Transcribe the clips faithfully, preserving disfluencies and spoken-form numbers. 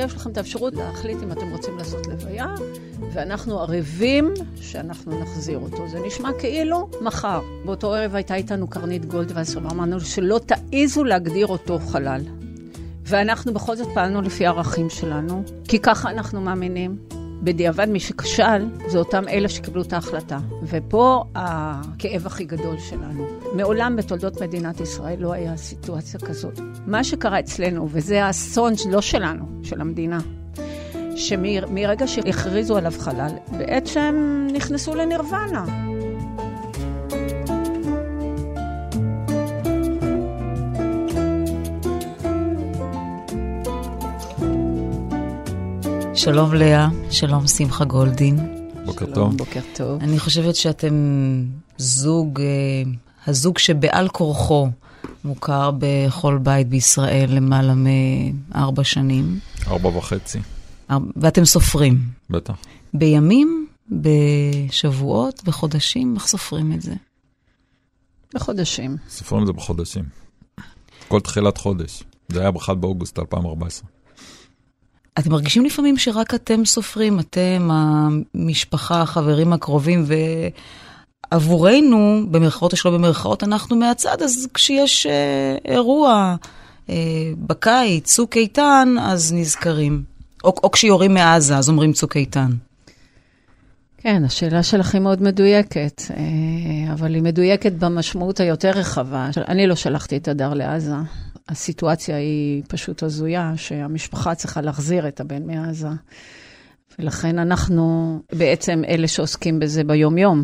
יש לכם את האפשרות להחליט אם אתם רוצים לעשות לוויה, ואנחנו ערבים שאנחנו נחזיר אותו. זה נשמע כאילו מחר. באותו ערב הייתה איתנו קרנית גולדווסר, ואמרנו שלא תעיזו להגדיר אותו חלל. ואנחנו בכל זאת פעלנו לפי הערכים שלנו, כי ככה אנחנו מאמינים. בדיעבד מי שכשל, זה אותם אלה שקיבלו את ההחלטה. ופה הכאב הכי גדול שלנו. מעולם בתולדות מדינת ישראל לא היה סיטואציה כזאת. מה שקרה אצלנו, וזה האסון לא שלנו, של המדינה, שמרגע שהכריזו עליו חלל, בעצם נכנסו לנירוונה. שלום לאה, שלום שמחה גולדין. בוקר שלום, טוב. בוקר טוב. אני חושבת שאתם זוג, הזוג שבעל כורחו מוכר בכל בית בישראל למעלה מארבע שנים. ארבע וחצי. ואתם סופרים. בטח. בימים, בשבועות, בחודשים, איך סופרים את זה? בחודשים. סופרים את זה בחודשים. כל תחילת חודש. זה היה ב-אחד באוגוסט אלפיים וארבע עשרה. אתם מרגישים לפעמים שרק אתם סופרים, אתם, המשפחה, החברים הקרובים, ועבורנו, במרכאות או שלא במרכאות, אנחנו מהצד, אז כשיש אה, אירוע אה, בקיץ, צוק איתן, אז נזכרים. או, או כשיורים מעזה, אז אומרים צוק איתן. כן, השאלה שלך היא מאוד מדויקת, אבל היא מדויקת במשמעות היותר רחבה. אני לא שלחתי את הדר לעזה. הסיטואציה היא פשוט הזויה, שהמשפחה צריכה להחזיר את הבן מעזה. ולכן אנחנו בעצם אלה שעוסקים בזה ביום-יום.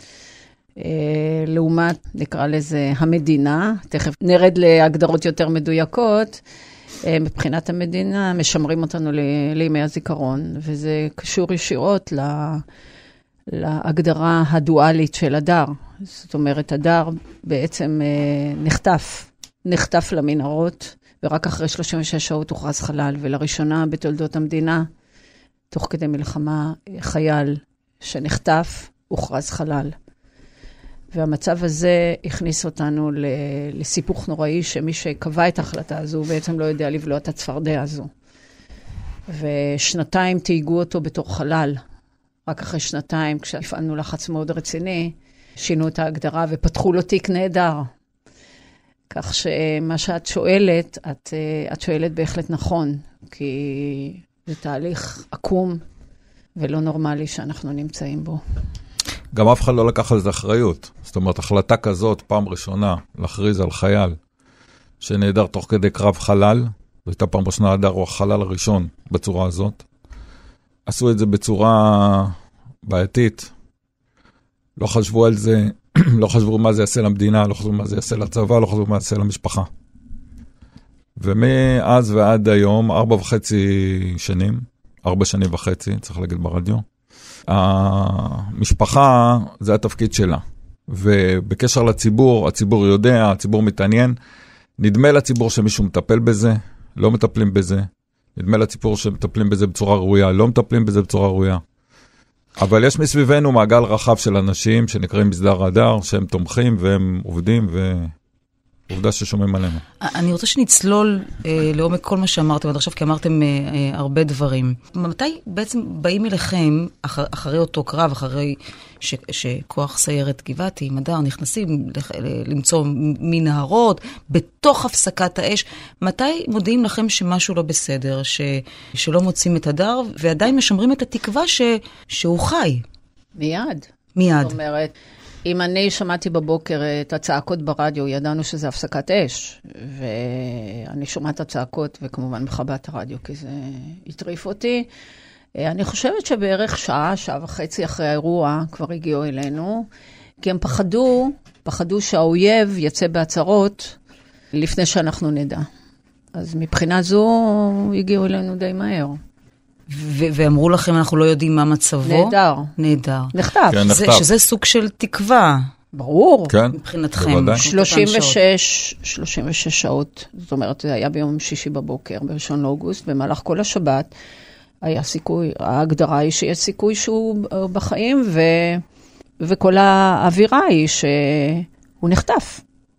לעומת, נקרא לזה, המדינה, תכף נרד להגדרות יותר מדויקות, מבחינת המדינה משמרים אותנו לימי הזיכרון, וזה קשור ישירות ל... להגדרה הדואלית של הדר. זאת אומרת, הדר בעצם נחטף, נחטף למנהרות, ורק אחרי שלושים ושש שעות הוכרז חלל, ולראשונה בתולדות המדינה, תוך כדי מלחמה, חייל שנחטף, הוכרז חלל. והמצב הזה הכניס אותנו לסיפוך נוראי, שמי שקבע את ההחלטה הזו, בעצם לא יודע לבלוע את הצפרדע הזו. ושנתיים תהיגו אותו בתור חלל. רק אחרי שנתיים, כשהפעלנו לחץ מאוד רציני, שינו את ההגדרה ופתחו לו תיק נהדר. כך שמה שאת שואלת, את, את שואלת בהחלט נכון, כי זה תהליך עקום ולא נורמלי שאנחנו נמצאים בו. גם אף אחד לא לקח על זה אחריות. זאת אומרת, החלטה כזאת, פעם ראשונה, להכריז על חייל שנהדר תוך כדי קרב חלל, והייתה פעם ראשונה הדר הוא החלל הראשון בצורה הזאת. עשו את זה בצורה בעייתית. לא חשבו על זה, לא חשבו מה זה יעשה למדינה, לא חשבו מה זה יעשה לצבא, לא חשבו מה זה יעשה למשפחה. ומאז ועד היום, ארבע וחצי שנים, ארבע שנים וחצי, צריך להגיד ברדיו, המשפחה זה התפקיד שלה. ובקשר לציבור, הציבור יודע, הציבור מתעניין, נדמה לציבור שמישהו מטפל בזה, לא מטפלים בזה. נדמה לציבור שמטפלים בזה בצורה ראויה, לא מטפלים בזה בצורה ראויה. אבל יש מסביבנו מעגל רחב של אנשים שנקראים מסדר הדר, שהם תומכים והם עובדים, ועובדה ששומעים עלינו. אני רוצה שנצלול אה, לעומק כל מה שאמרתם עד עכשיו, כי אמרתם אה, אה, הרבה דברים. מתי בעצם באים אליכם, אחר, אחרי אותו קרב, אחרי ש, שכוח סיירת גבעתי, עם הדר, נכנסים לח, למצוא מנהרות, בתוך הפסקת האש, מתי מודיעים לכם שמשהו לא בסדר, ש, שלא מוצאים את הדר, ועדיין משמרים את התקווה ש, שהוא חי? מיד. מיד. זאת אומרת, אם אני שמעתי בבוקר את הצעקות ברדיו, ידענו שזה הפסקת אש, ואני שומעת את הצעקות, וכמובן מחבת הרדיו, כי זה הטריף אותי. אני חושבת שבערך שעה, שעה וחצי אחרי האירוע, כבר הגיעו אלינו, כי הם פחדו, פחדו שהאויב יצא בהצהרות, לפני שאנחנו נדע. אז מבחינה זו, הגיעו אלינו די מהר. ו- ואמרו לכם, אנחנו לא יודעים מה מצבו? נהדר. נהדר. נחטף. כן, זה, נחטף. שזה סוג של תקווה. ברור. כן, מבחינתכם. בוודאי. שלושים ושש שעות, זאת אומרת, זה היה ביום שישי בבוקר, בראשון לאוגוסט, במהלך כל השבת, היה סיכוי, ההגדרה היא שיש סיכוי שהוא בחיים, ו... וכל האווירה היא שהוא נחטף.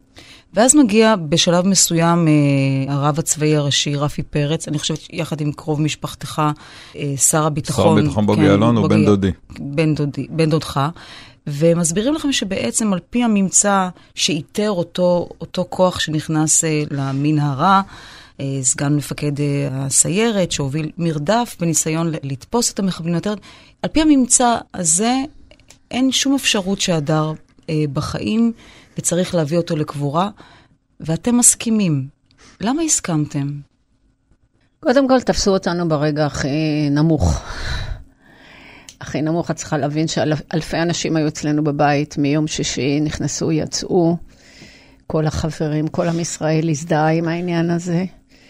ואז מגיע בשלב מסוים הרב הצבאי הראשי, רפי פרץ, אני חושבת יחד עם קרוב משפחתך, שר הביטחון. שר הביטחון בוגי יעלון הוא בן דודי. בן דודי, בן דודך. ומסבירים לכם שבעצם על פי הממצא שאיתר אותו, אותו כוח שנכנס למנהרה, סגן מפקד הסיירת שהוביל מרדף בניסיון לתפוס את המחבלים יותר, על פי הממצא הזה אין שום אפשרות שהדר בחיים וצריך להביא אותו לקבורה, ואתם מסכימים. למה הסכמתם? קודם כל תפסו אותנו ברגע הכי נמוך. הכי נמוך, את צריכה להבין שאלפי אנשים היו אצלנו בבית, מיום שישי נכנסו, יצאו, כל החברים, כל עם ישראל הזדהה עם העניין הזה,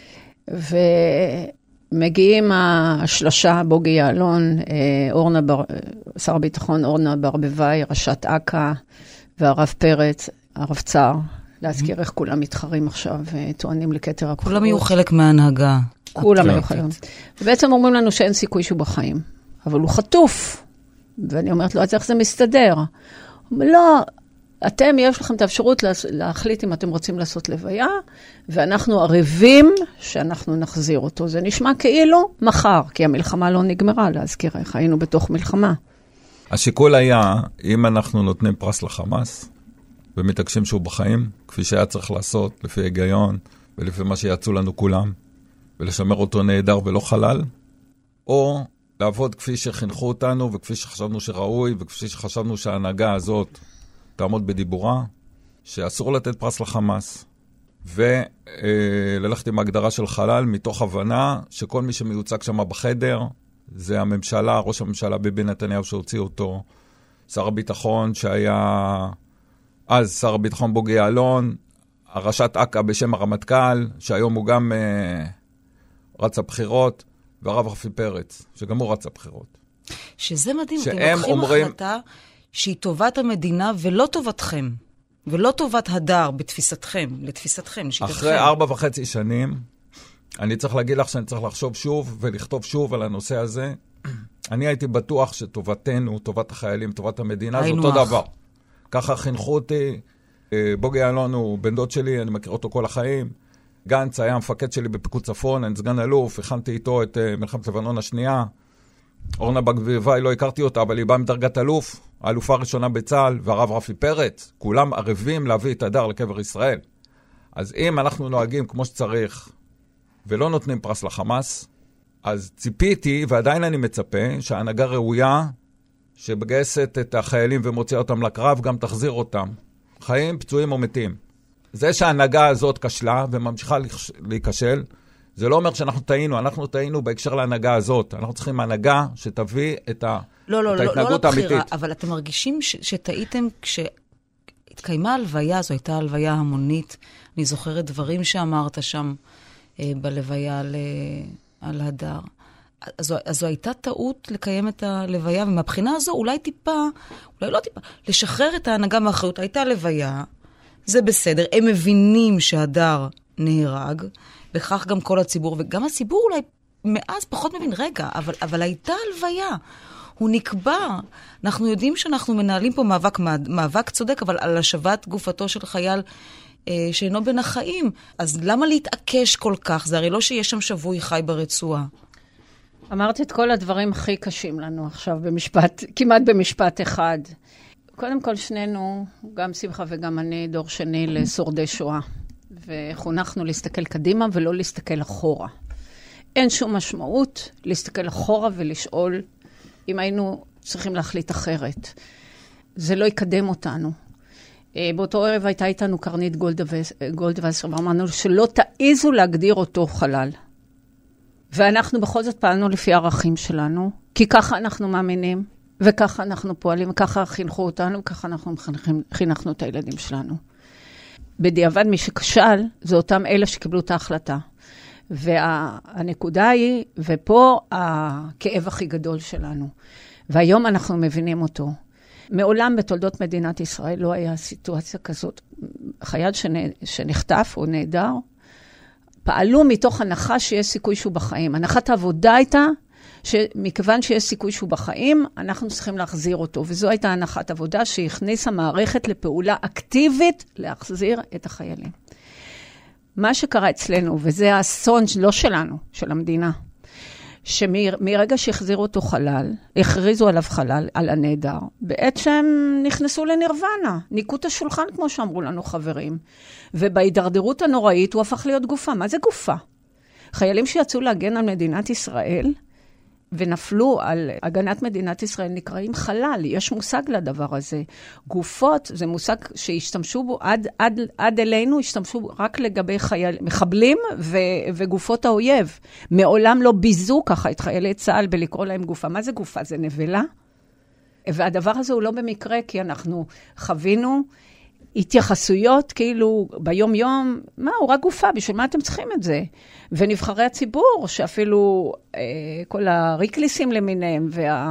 ומגיעים השלושה, בוגי יעלון, אורנה בר, שר הביטחון אורנה ברבבי, ראשת אכ"א, והרב פרץ, הרב צער, להזכיר איך כולם מתחרים עכשיו, טוענים לכתר הכוחות. כולם יהיו חלק מההנהגה. כולם היו חלק. ובעצם אומרים לנו שאין סיכוי שהוא בחיים. אבל הוא חטוף. ואני אומרת לו, אז איך זה מסתדר? לא, אתם, יש לכם את האפשרות להחליט אם אתם רוצים לעשות לוויה, ואנחנו ערבים שאנחנו נחזיר אותו. זה נשמע כאילו מחר, כי המלחמה לא נגמרה, להזכיר איך היינו בתוך מלחמה. השיקול היה, אם אנחנו נותנים פרס לחמאס, ומתעקשים שהוא בחיים, כפי שהיה צריך לעשות, לפי היגיון, ולפי מה שיצאו לנו כולם, ולשמר אותו נהדר ולא חלל, או לעבוד כפי שחינכו אותנו, וכפי שחשבנו שראוי, וכפי שחשבנו שההנהגה הזאת תעמוד בדיבורה, שאסור לתת פרס לחמאס, וללכת עם ההגדרה של חלל, מתוך הבנה שכל מי שמיוצג שם בחדר, זה הממשלה, ראש הממשלה ביבי נתניהו שהוציא אותו, שר הביטחון שהיה אז שר הביטחון בוגי יעלון, הראשת אכ"א בשם הרמטכ"ל, שהיום הוא גם אה, רץ הבחירות, והרב רפי פרץ, שגם הוא רץ הבחירות. שזה מדהים, אתם לוקחים אומרים, החלטה שהיא טובת המדינה ולא טובתכם, ולא טובת הדר בתפיסתכם, לתפיסתכם, לשיטתכם. אחרי ארבע וחצי שנים, אני צריך להגיד לך שאני צריך לחשוב שוב ולכתוב שוב על הנושא הזה. אני הייתי בטוח שטובתנו, טובת החיילים, טובת המדינה, זה אותו דבר. ככה חינכו אותי. בוגי יעלון הוא בן דוד שלי, אני מכיר אותו כל החיים. גנץ היה המפקד שלי בפיקוד צפון, אני סגן אלוף, הכנתי איתו את מלחמת לבנון השנייה. אורנה ברבבי, לא הכרתי אותה, אבל היא באה מדרגת אלוף, האלופה הראשונה בצה"ל, והרב רפי פרץ, כולם ערבים להביא את הדר לקבר ישראל. אז אם אנחנו נוהגים כמו שצריך, ולא נותנים פרס לחמאס, אז ציפיתי, ועדיין אני מצפה, שההנהגה ראויה, שבגייסת את החיילים ומוציאה אותם לקרב, גם תחזיר אותם. חיים, פצועים או מתים. זה שההנהגה הזאת כשלה וממשיכה להיכשל, זה לא אומר שאנחנו טעינו, אנחנו טעינו בהקשר להנהגה הזאת. אנחנו צריכים הנהגה שתביא את, ה... לא, לא, את ההתנהגות האמיתית. לא, לא לבחירה, אבל אתם מרגישים ש... שטעיתם כשהתקיימה הלוויה, זו הייתה הלוויה המונית. אני זוכרת דברים שאמרת שם אה, בלוויה על, על הדר. אז, אז זו הייתה טעות לקיים את הלוויה, ומהבחינה הזו אולי טיפה, אולי לא טיפה, לשחרר את ההנהגה מאחריות. הייתה לוויה, זה בסדר, הם מבינים שהדר נהרג, וכך גם כל הציבור, וגם הציבור אולי מאז פחות מבין, רגע, אבל, אבל הייתה הלוויה, הוא נקבע, אנחנו יודעים שאנחנו מנהלים פה מאבק, מאבק צודק, אבל על השבת גופתו של חייל אה, שאינו בין החיים, אז למה להתעקש כל כך? זה הרי לא שיש שם שבוי חי ברצועה. אמרתי את כל הדברים הכי קשים לנו עכשיו במשפט, כמעט במשפט אחד. קודם כל שנינו, גם שמחה וגם אני, דור שני לשורדי שואה. וחונכנו להסתכל קדימה ולא להסתכל אחורה. אין שום משמעות להסתכל אחורה ולשאול אם היינו צריכים להחליט אחרת. זה לא יקדם אותנו. באותו ערב הייתה איתנו קרנית גולדווסר, ואמרנו שלא תעיזו להגדיר אותו חלל. ואנחנו בכל זאת פעלנו לפי הערכים שלנו, כי ככה אנחנו מאמינים, וככה אנחנו פועלים, וככה חינכו אותנו, וככה אנחנו חינכנו את הילדים שלנו. בדיעבד מי שכשל, זה אותם אלה שקיבלו את ההחלטה. והנקודה היא, ופה הכאב הכי גדול שלנו. והיום אנחנו מבינים אותו. מעולם בתולדות מדינת ישראל לא היה סיטואציה כזאת. חייל שנחטף או נהדר, פעלו מתוך הנחה שיש סיכוי שהוא בחיים. הנחת העבודה הייתה שמכיוון שיש סיכוי שהוא בחיים, אנחנו צריכים להחזיר אותו. וזו הייתה הנחת עבודה שהכניסה מערכת לפעולה אקטיבית להחזיר את החיילים. מה שקרה אצלנו, וזה האסון לא שלנו, של המדינה, שמרגע שהחזירו אותו חלל, הכריזו עליו חלל, על הנהדר, בעצם נכנסו לנירוונה, ניקו את השולחן כמו שאמרו לנו חברים, ובהידרדרות הנוראית הוא הפך להיות גופה. מה זה גופה? חיילים שיצאו להגן על מדינת ישראל, ונפלו על הגנת מדינת ישראל, נקראים חלל. יש מושג לדבר הזה. גופות, זה מושג שהשתמשו בו עד, עד, עד אלינו, השתמשו רק לגבי חייל, מחבלים ו, וגופות האויב. מעולם לא ביזו ככה את חיילי צה"ל בלקרוא להם גופה. מה זה גופה? זה נבלה? והדבר הזה הוא לא במקרה, כי אנחנו חווינו התייחסויות כאילו ביום יום, מה, הוא רק גופה, בשביל מה אתם צריכים את זה? ונבחרי הציבור, שאפילו אה, כל הריקליסים למיניהם,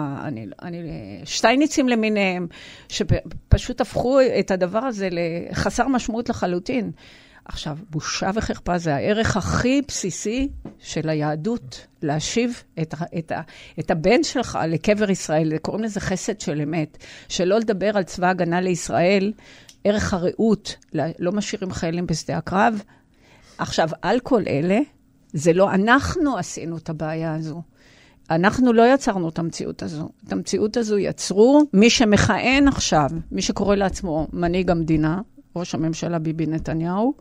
והשטייניצים למיניהם, שפשוט הפכו את הדבר הזה לחסר משמעות לחלוטין. עכשיו, בושה וחרפה זה הערך הכי בסיסי של היהדות, להשיב את, את, את הבן שלך לקבר ישראל, קוראים לזה חסד של אמת, שלא לדבר על צבא הגנה לישראל, ערך הרעות, לא משאירים חיילים בשדה הקרב. עכשיו, על כל אלה, זה לא אנחנו עשינו את הבעיה הזו. אנחנו לא יצרנו את המציאות הזו. את המציאות הזו יצרו מי שמכהן עכשיו, מי שקורא לעצמו מנהיג המדינה, ראש הממשלה ביבי נתניהו,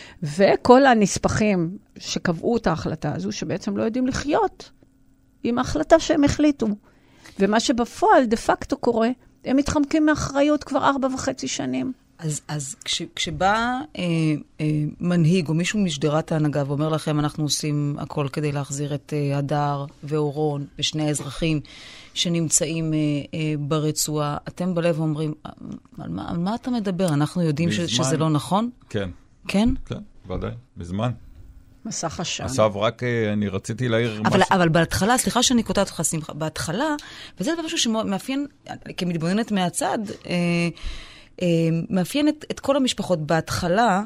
וכל הנספחים שקבעו את ההחלטה הזו, שבעצם לא יודעים לחיות עם ההחלטה שהם החליטו. ומה שבפועל דה פקטו קורה, הם מתחמקים מאחריות כבר ארבע וחצי שנים. אז, אז כש, כשבא אה, אה, מנהיג או מישהו משדרת ההנהגה ואומר לכם, אנחנו עושים הכל כדי להחזיר את אה, הדר ואורון ושני האזרחים שנמצאים אה, אה, ברצועה, אתם בלב אומרים, על מה, על מה אתה מדבר? אנחנו יודעים ש, שזה לא נכון? כן. כן? כן, ודאי, מזמן. מסך השם. עכשיו רק אני רציתי להעיר אבל, משהו. אבל בהתחלה, סליחה שאני קוטעת אותך, שמחה, בהתחלה, וזה משהו שמאפיין, כמתבוננת מהצד, אה, אה, מאפיין את, את כל המשפחות. בהתחלה,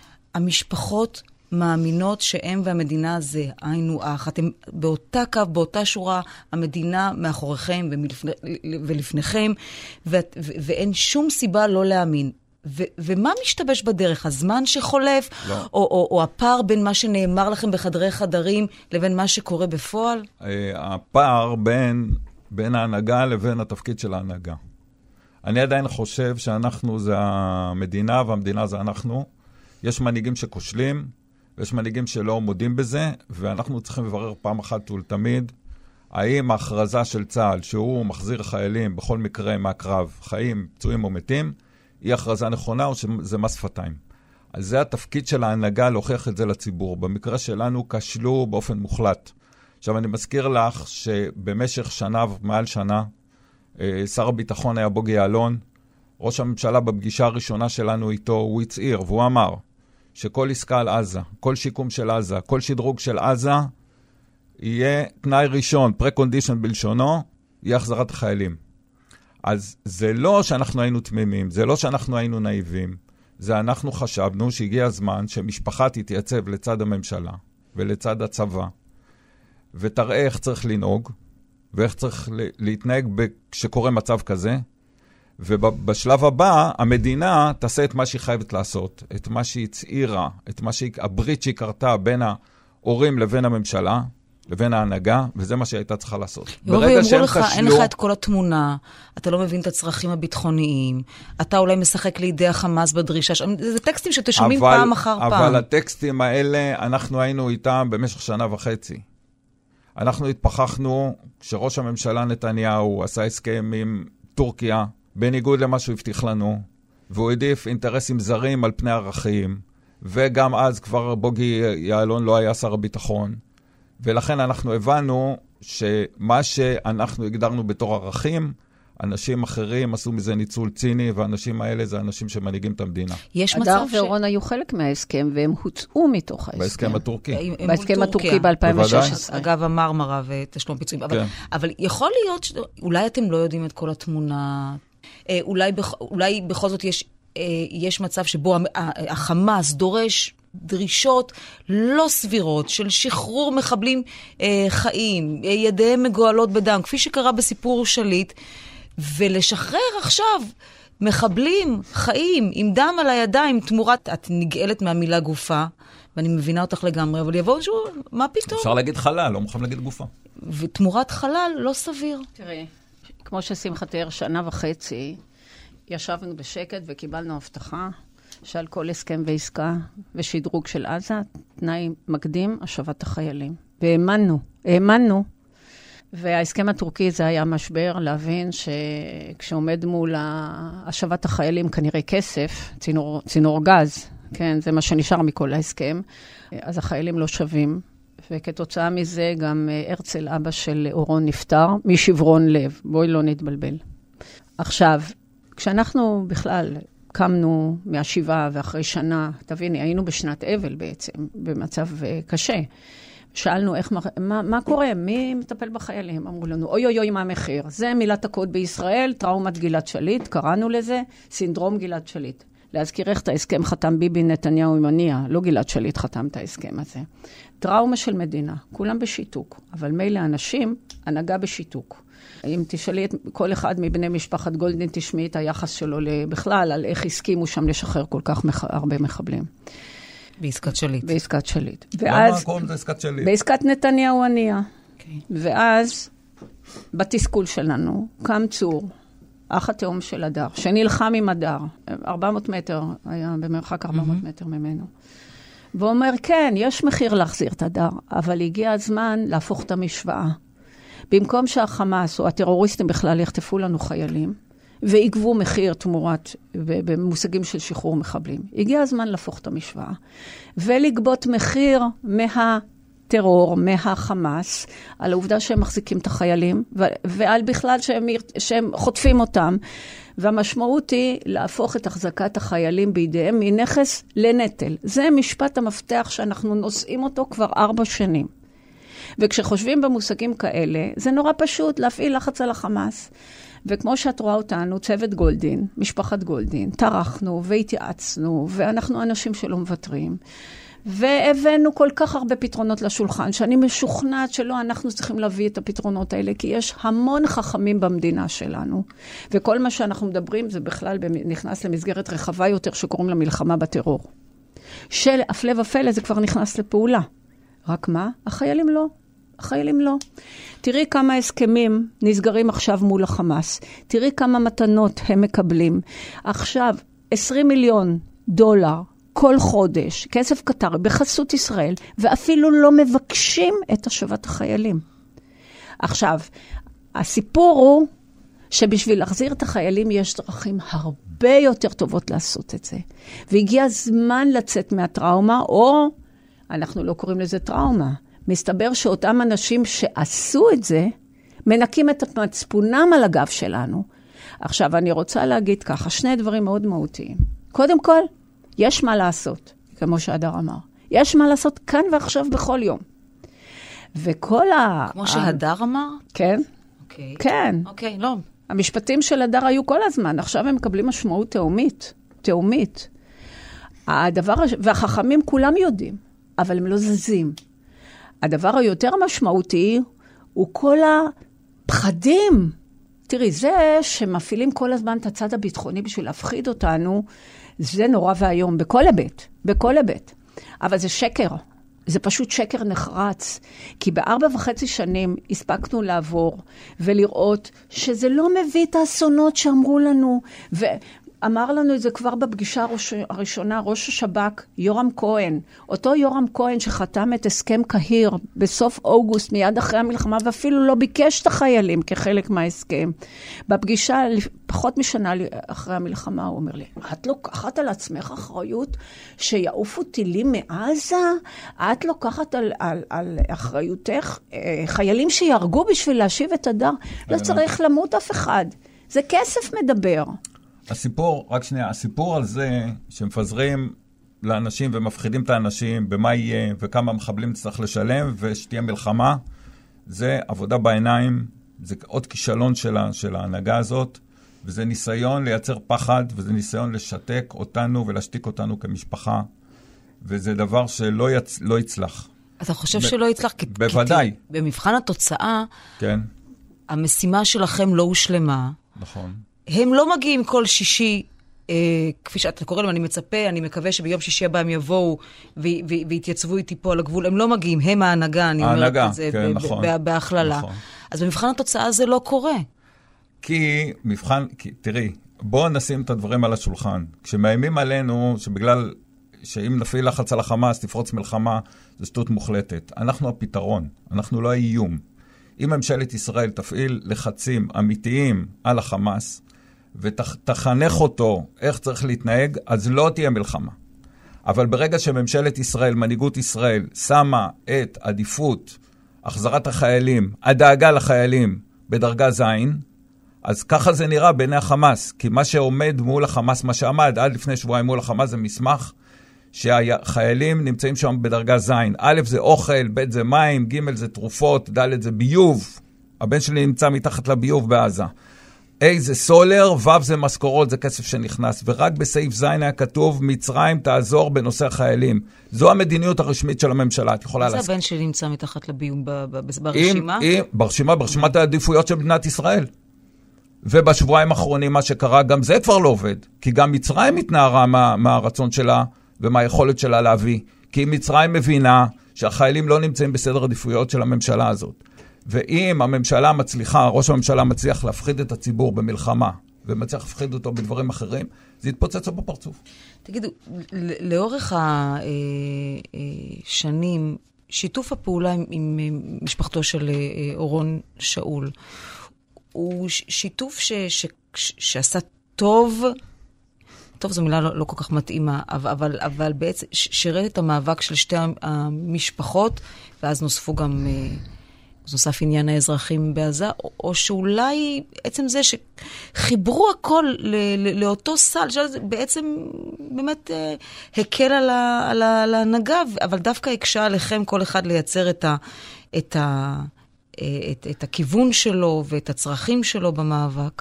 המשפחות מאמינות שהם והמדינה זה היינו אח. אתם באותה קו, באותה שורה, המדינה מאחוריכם ומלפני, ולפניכם, ו, ו, ואין שום סיבה לא להאמין. ו- ומה משתבש בדרך? הזמן שחולף? לא. או, או, או הפער בין מה שנאמר לכם בחדרי חדרים לבין מה שקורה בפועל? הפער בין, בין ההנהגה לבין התפקיד של ההנהגה. אני עדיין חושב שאנחנו זה המדינה והמדינה זה אנחנו. יש מנהיגים שכושלים, ויש מנהיגים שלא מודים בזה, ואנחנו צריכים לברר פעם אחת ולתמיד, האם ההכרזה של צה"ל, שהוא מחזיר חיילים בכל מקרה מהקרב, חיים, פצועים או מתים, היא הכרזה נכונה או שזה מס שפתיים. אז זה התפקיד של ההנהגה להוכיח את זה לציבור. במקרה שלנו כשלו באופן מוחלט. עכשיו אני מזכיר לך שבמשך שנה ומעל שנה, שר הביטחון היה בוגי יעלון, ראש הממשלה בפגישה הראשונה שלנו איתו, הוא הצעיר והוא אמר שכל עסקה על עזה, כל שיקום של עזה, כל שדרוג של עזה, יהיה תנאי ראשון, פרה-קונדישן בלשונו, יהיה החזרת החיילים. אז זה לא שאנחנו היינו תמימים, זה לא שאנחנו היינו נאיבים, זה אנחנו חשבנו שהגיע הזמן שמשפחה תתייצב לצד הממשלה ולצד הצבא, ותראה איך צריך לנהוג, ואיך צריך להתנהג כשקורה מצב כזה, ובשלב הבא המדינה תעשה את מה שהיא חייבת לעשות, את מה שהיא הצעירה, את מה שהיא, הברית שהיא קרתה בין ההורים לבין הממשלה, לבין ההנהגה, וזה מה שהייתה צריכה לעשות. ברגע שהם לך, כשלו... אין לך את כל התמונה, אתה לא מבין את הצרכים הביטחוניים, אתה אולי משחק לידי החמאס בדרישה, זה טקסטים שאתם שומעים אבל, פעם אחר אבל פעם. אבל הטקסטים האלה, אנחנו היינו איתם במשך שנה וחצי. אנחנו התפחחנו כשראש הממשלה נתניהו עשה הסכם עם טורקיה, בניגוד למה שהוא הבטיח לנו, והוא העדיף אינטרסים זרים על פני ערכים, וגם אז כבר בוגי יעלון לא היה שר הביטחון, ולכן אנחנו הבנו שמה שאנחנו הגדרנו בתור ערכים, אנשים אחרים עשו מזה ניצול ציני, והאנשים האלה זה אנשים שמנהיגים את המדינה. יש מצב ש... הדר ואורון היו חלק מההסכם, והם הוצאו מתוך ההסכם. בהסכם הטורקי. בהסכם הטורקי ב-אלפיים ושש עשרה. אגב, המרמרה ותשלום פיצויים. אבל, כן. אבל יכול להיות, ש... אולי אתם לא יודעים את כל התמונה, אולי, בכ... אולי בכל זאת יש, יש מצב שבו החמאס דורש דרישות לא סבירות של שחרור מחבלים אה, חיים, אה, ידיהם מגועלות בדם, כפי שקרה בסיפור שליט, ולשחרר עכשיו מחבלים חיים עם דם על הידיים תמורת, את נגאלת מהמילה גופה, ואני מבינה אותך לגמרי, אבל יבואו שהוא, מה פתאום? אפשר להגיד חלל, לא מוכן להגיד גופה. ותמורת חלל לא סביר. תראי, כמו ששמחה תיאר שנה וחצי, ישבנו בשקט וקיבלנו הבטחה שעל כל הסכם ועסקה ושדרוג של עזה, תנאי מקדים, השבת החיילים. והאמנו, האמנו, וההסכם הטורקי זה היה משבר להבין שכשעומד מול השבת החיילים כנראה כסף, צינור, צינור גז, כן, זה מה שנשאר מכל ההסכם, אז החיילים לא שווים, וכתוצאה מזה גם הרצל, אבא של אורון, נפטר משברון לב. בואי לא נתבלבל. עכשיו, כשאנחנו בכלל קמנו מהשבעה ואחרי שנה, תביני, היינו בשנת אבל בעצם, במצב קשה. שאלנו איך, מה, מה קורה? מי מטפל בחיילים? אמרו לנו, אוי אוי אוי, מה המחיר? זה מילת הקוד בישראל, טראומת גלעד שליט, קראנו לזה, סינדרום גלעד שליט. להזכירך את ההסכם חתם ביבי נתניהו עם הנייה, לא גלעד שליט חתם את ההסכם הזה. טראומה של מדינה, כולם בשיתוק, אבל מילא אנשים, הנהגה בשיתוק. אם תשאלי את כל אחד מבני משפחת גולדין, תשמעי את היחס שלו בכלל, על איך הסכימו שם לשחרר כל כך מח... הרבה מחבלים. בעסקת שליט. בעסקת שליט. למה קוראים לזה עסקת שליט? בעסקת נתניהו הנייה. Okay. ואז, בתסכול שלנו, קם צור, אח התאום של הדר, שנלחם עם הדר, ארבע מאות מטר, היה במרחק ארבע מאות mm-hmm. מטר ממנו. ואומר, כן, יש מחיר להחזיר את הדר, אבל הגיע הזמן להפוך את המשוואה. במקום שהחמאס או הטרוריסטים בכלל יחטפו לנו חיילים, ויגבו מחיר תמורת במושגים של שחרור מחבלים. הגיע הזמן להפוך את המשוואה. ולגבות מחיר מהטרור, מהחמאס, על העובדה שהם מחזיקים את החיילים, ועל בכלל שהם, שהם חוטפים אותם. והמשמעות היא להפוך את החזקת החיילים בידיהם מנכס לנטל. זה משפט המפתח שאנחנו נושאים אותו כבר ארבע שנים. וכשחושבים במושגים כאלה, זה נורא פשוט להפעיל לחץ על החמאס. וכמו שאת רואה אותנו, צוות גולדין, משפחת גולדין, טרחנו והתייעצנו, ואנחנו אנשים שלא מוותרים. והבאנו כל כך הרבה פתרונות לשולחן, שאני משוכנעת שלא אנחנו צריכים להביא את הפתרונות האלה, כי יש המון חכמים במדינה שלנו. וכל מה שאנחנו מדברים זה בכלל נכנס למסגרת רחבה יותר שקוראים לה מלחמה בטרור. של הפלא ופלא זה כבר נכנס לפעולה. רק מה? החיילים לא. החיילים לא. תראי כמה הסכמים נסגרים עכשיו מול החמאס. תראי כמה מתנות הם מקבלים. עכשיו, עשרים מיליון דולר כל חודש, כסף קטרי, בחסות ישראל, ואפילו לא מבקשים את השבת החיילים. עכשיו, הסיפור הוא שבשביל להחזיר את החיילים יש דרכים הרבה יותר טובות לעשות את זה. והגיע הזמן לצאת מהטראומה, או אנחנו לא קוראים לזה טראומה. מסתבר שאותם אנשים שעשו את זה, מנקים את מצפונם על הגב שלנו. עכשיו, אני רוצה להגיד ככה, שני דברים מאוד מהותיים. קודם כל, יש מה לעשות, כמו שהדר אמר. יש מה לעשות כאן ועכשיו בכל יום. וכל ה... כמו שהדר אמר? כן. אוקיי. כן. אוקיי, לא. המשפטים של הדר היו כל הזמן, עכשיו הם מקבלים משמעות תאומית. תאומית. הדבר, והחכמים כולם יודעים, אבל הם לא זזים. הדבר היותר משמעותי הוא כל הפחדים. תראי, זה שמפעילים כל הזמן את הצד הביטחוני בשביל להפחיד אותנו, זה נורא והיום, בכל היבט, בכל היבט. אבל זה שקר. זה פשוט שקר נחרץ. כי בארבע וחצי שנים הספקנו לעבור ולראות שזה לא מביא את האסונות שאמרו לנו. ואמר לנו את זה כבר בפגישה הראש, הראשונה, ראש השב"כ, יורם כהן. אותו יורם כהן שחתם את הסכם קהיר בסוף אוגוסט, מיד אחרי המלחמה, ואפילו לא ביקש את החיילים כחלק מההסכם. בפגישה, פחות משנה אחרי המלחמה, הוא אומר לי, את לוקחת על עצמך אחריות שיעופו טילים מעזה? את לוקחת על, על, על אחריותך חיילים שירגו בשביל להשיב את הדר? לא צריך למות אף אחד. זה כסף מדבר. הסיפור, רק שנייה, הסיפור על זה שמפזרים לאנשים ומפחידים את האנשים במה יהיה וכמה מחבלים צריך לשלם ושתהיה מלחמה, זה עבודה בעיניים, זה עוד כישלון שלה, של ההנהגה הזאת, וזה ניסיון לייצר פחד, וזה ניסיון לשתק אותנו ולהשתיק אותנו כמשפחה. וזה דבר שלא יצ... לא יצלח. אתה חושב ב... שלא יצלח? בוודאי. כי במבחן התוצאה, כן. המשימה שלכם לא הושלמה. נכון. הם לא מגיעים כל שישי, אה, כפי שאתה קורא להם, אני מצפה, אני מקווה שביום שישי הבא הם יבואו ו- ו- והתייצבו איתי פה על הגבול. הם לא מגיעים, הם ההנהגה, אני ההנהגה, אומרת את זה כן, ב- נכון, ב- בהכללה. נכון. אז במבחן התוצאה זה לא קורה. כי מבחן, כי, תראי, בואו נשים את הדברים על השולחן. כשמאיימים עלינו, שבגלל שאם נפעיל לחץ על החמאס, תפרוץ מלחמה, זה שטות מוחלטת. אנחנו הפתרון, אנחנו לא האיום. אם ממשלת ישראל תפעיל לחצים אמיתיים על החמאס, ותחנך אותו איך צריך להתנהג, אז לא תהיה מלחמה. אבל ברגע שממשלת ישראל, מנהיגות ישראל, שמה את עדיפות, החזרת החיילים, הדאגה לחיילים בדרגה זין, אז ככה זה נראה בעיני החמאס. כי מה שעומד מול החמאס, מה שעמד עד לפני שבועיים מול החמאס, זה מסמך שהחיילים נמצאים שם בדרגה זין. א' זה אוכל, ב' זה מים, ג' זה תרופות, ד' זה ביוב. הבן שלי נמצא מתחת לביוב בעזה. A זה סולר, ו' זה משכורות, זה כסף שנכנס. ורק בסעיף זין היה כתוב, מצרים תעזור בנושא החיילים. זו המדיניות הרשמית של הממשלה. את יכולה להסכים. זה הבן שלי נמצא מתחת לביוב ברשימה? אם, אם, ברשימה, ברשימת העדיפויות של מדינת ישראל. ובשבועיים האחרונים מה שקרה, גם זה כבר לא עובד. כי גם מצרים התנערה מה, מהרצון שלה ומהיכולת שלה להביא. כי מצרים מבינה שהחיילים לא נמצאים בסדר עדיפויות של הממשלה הזאת. ואם הממשלה מצליחה, ראש הממשלה מצליח להפחיד את הציבור במלחמה, ומצליח להפחיד אותו בדברים אחרים, זה יתפוצץ לו בפרצוף. תגידו, לאורך השנים, שיתוף הפעולה עם משפחתו של אורון שאול, הוא שיתוף ש, ש, ש, שעשה טוב, טוב זו מילה לא, לא כל כך מתאימה, אבל, אבל בעצם שירת את המאבק של שתי המשפחות, ואז נוספו גם, אז נוסף עניין האזרחים בעזה, או, או שאולי עצם זה שחיברו הכל ל, ל, לאותו סל, שזה בעצם באמת אה, הקל על, ה, על, ה, על ההנהגה, אבל דווקא הקשה עליכם כל אחד לייצר את ה... את ה את, את הכיוון שלו ואת הצרכים שלו במאבק?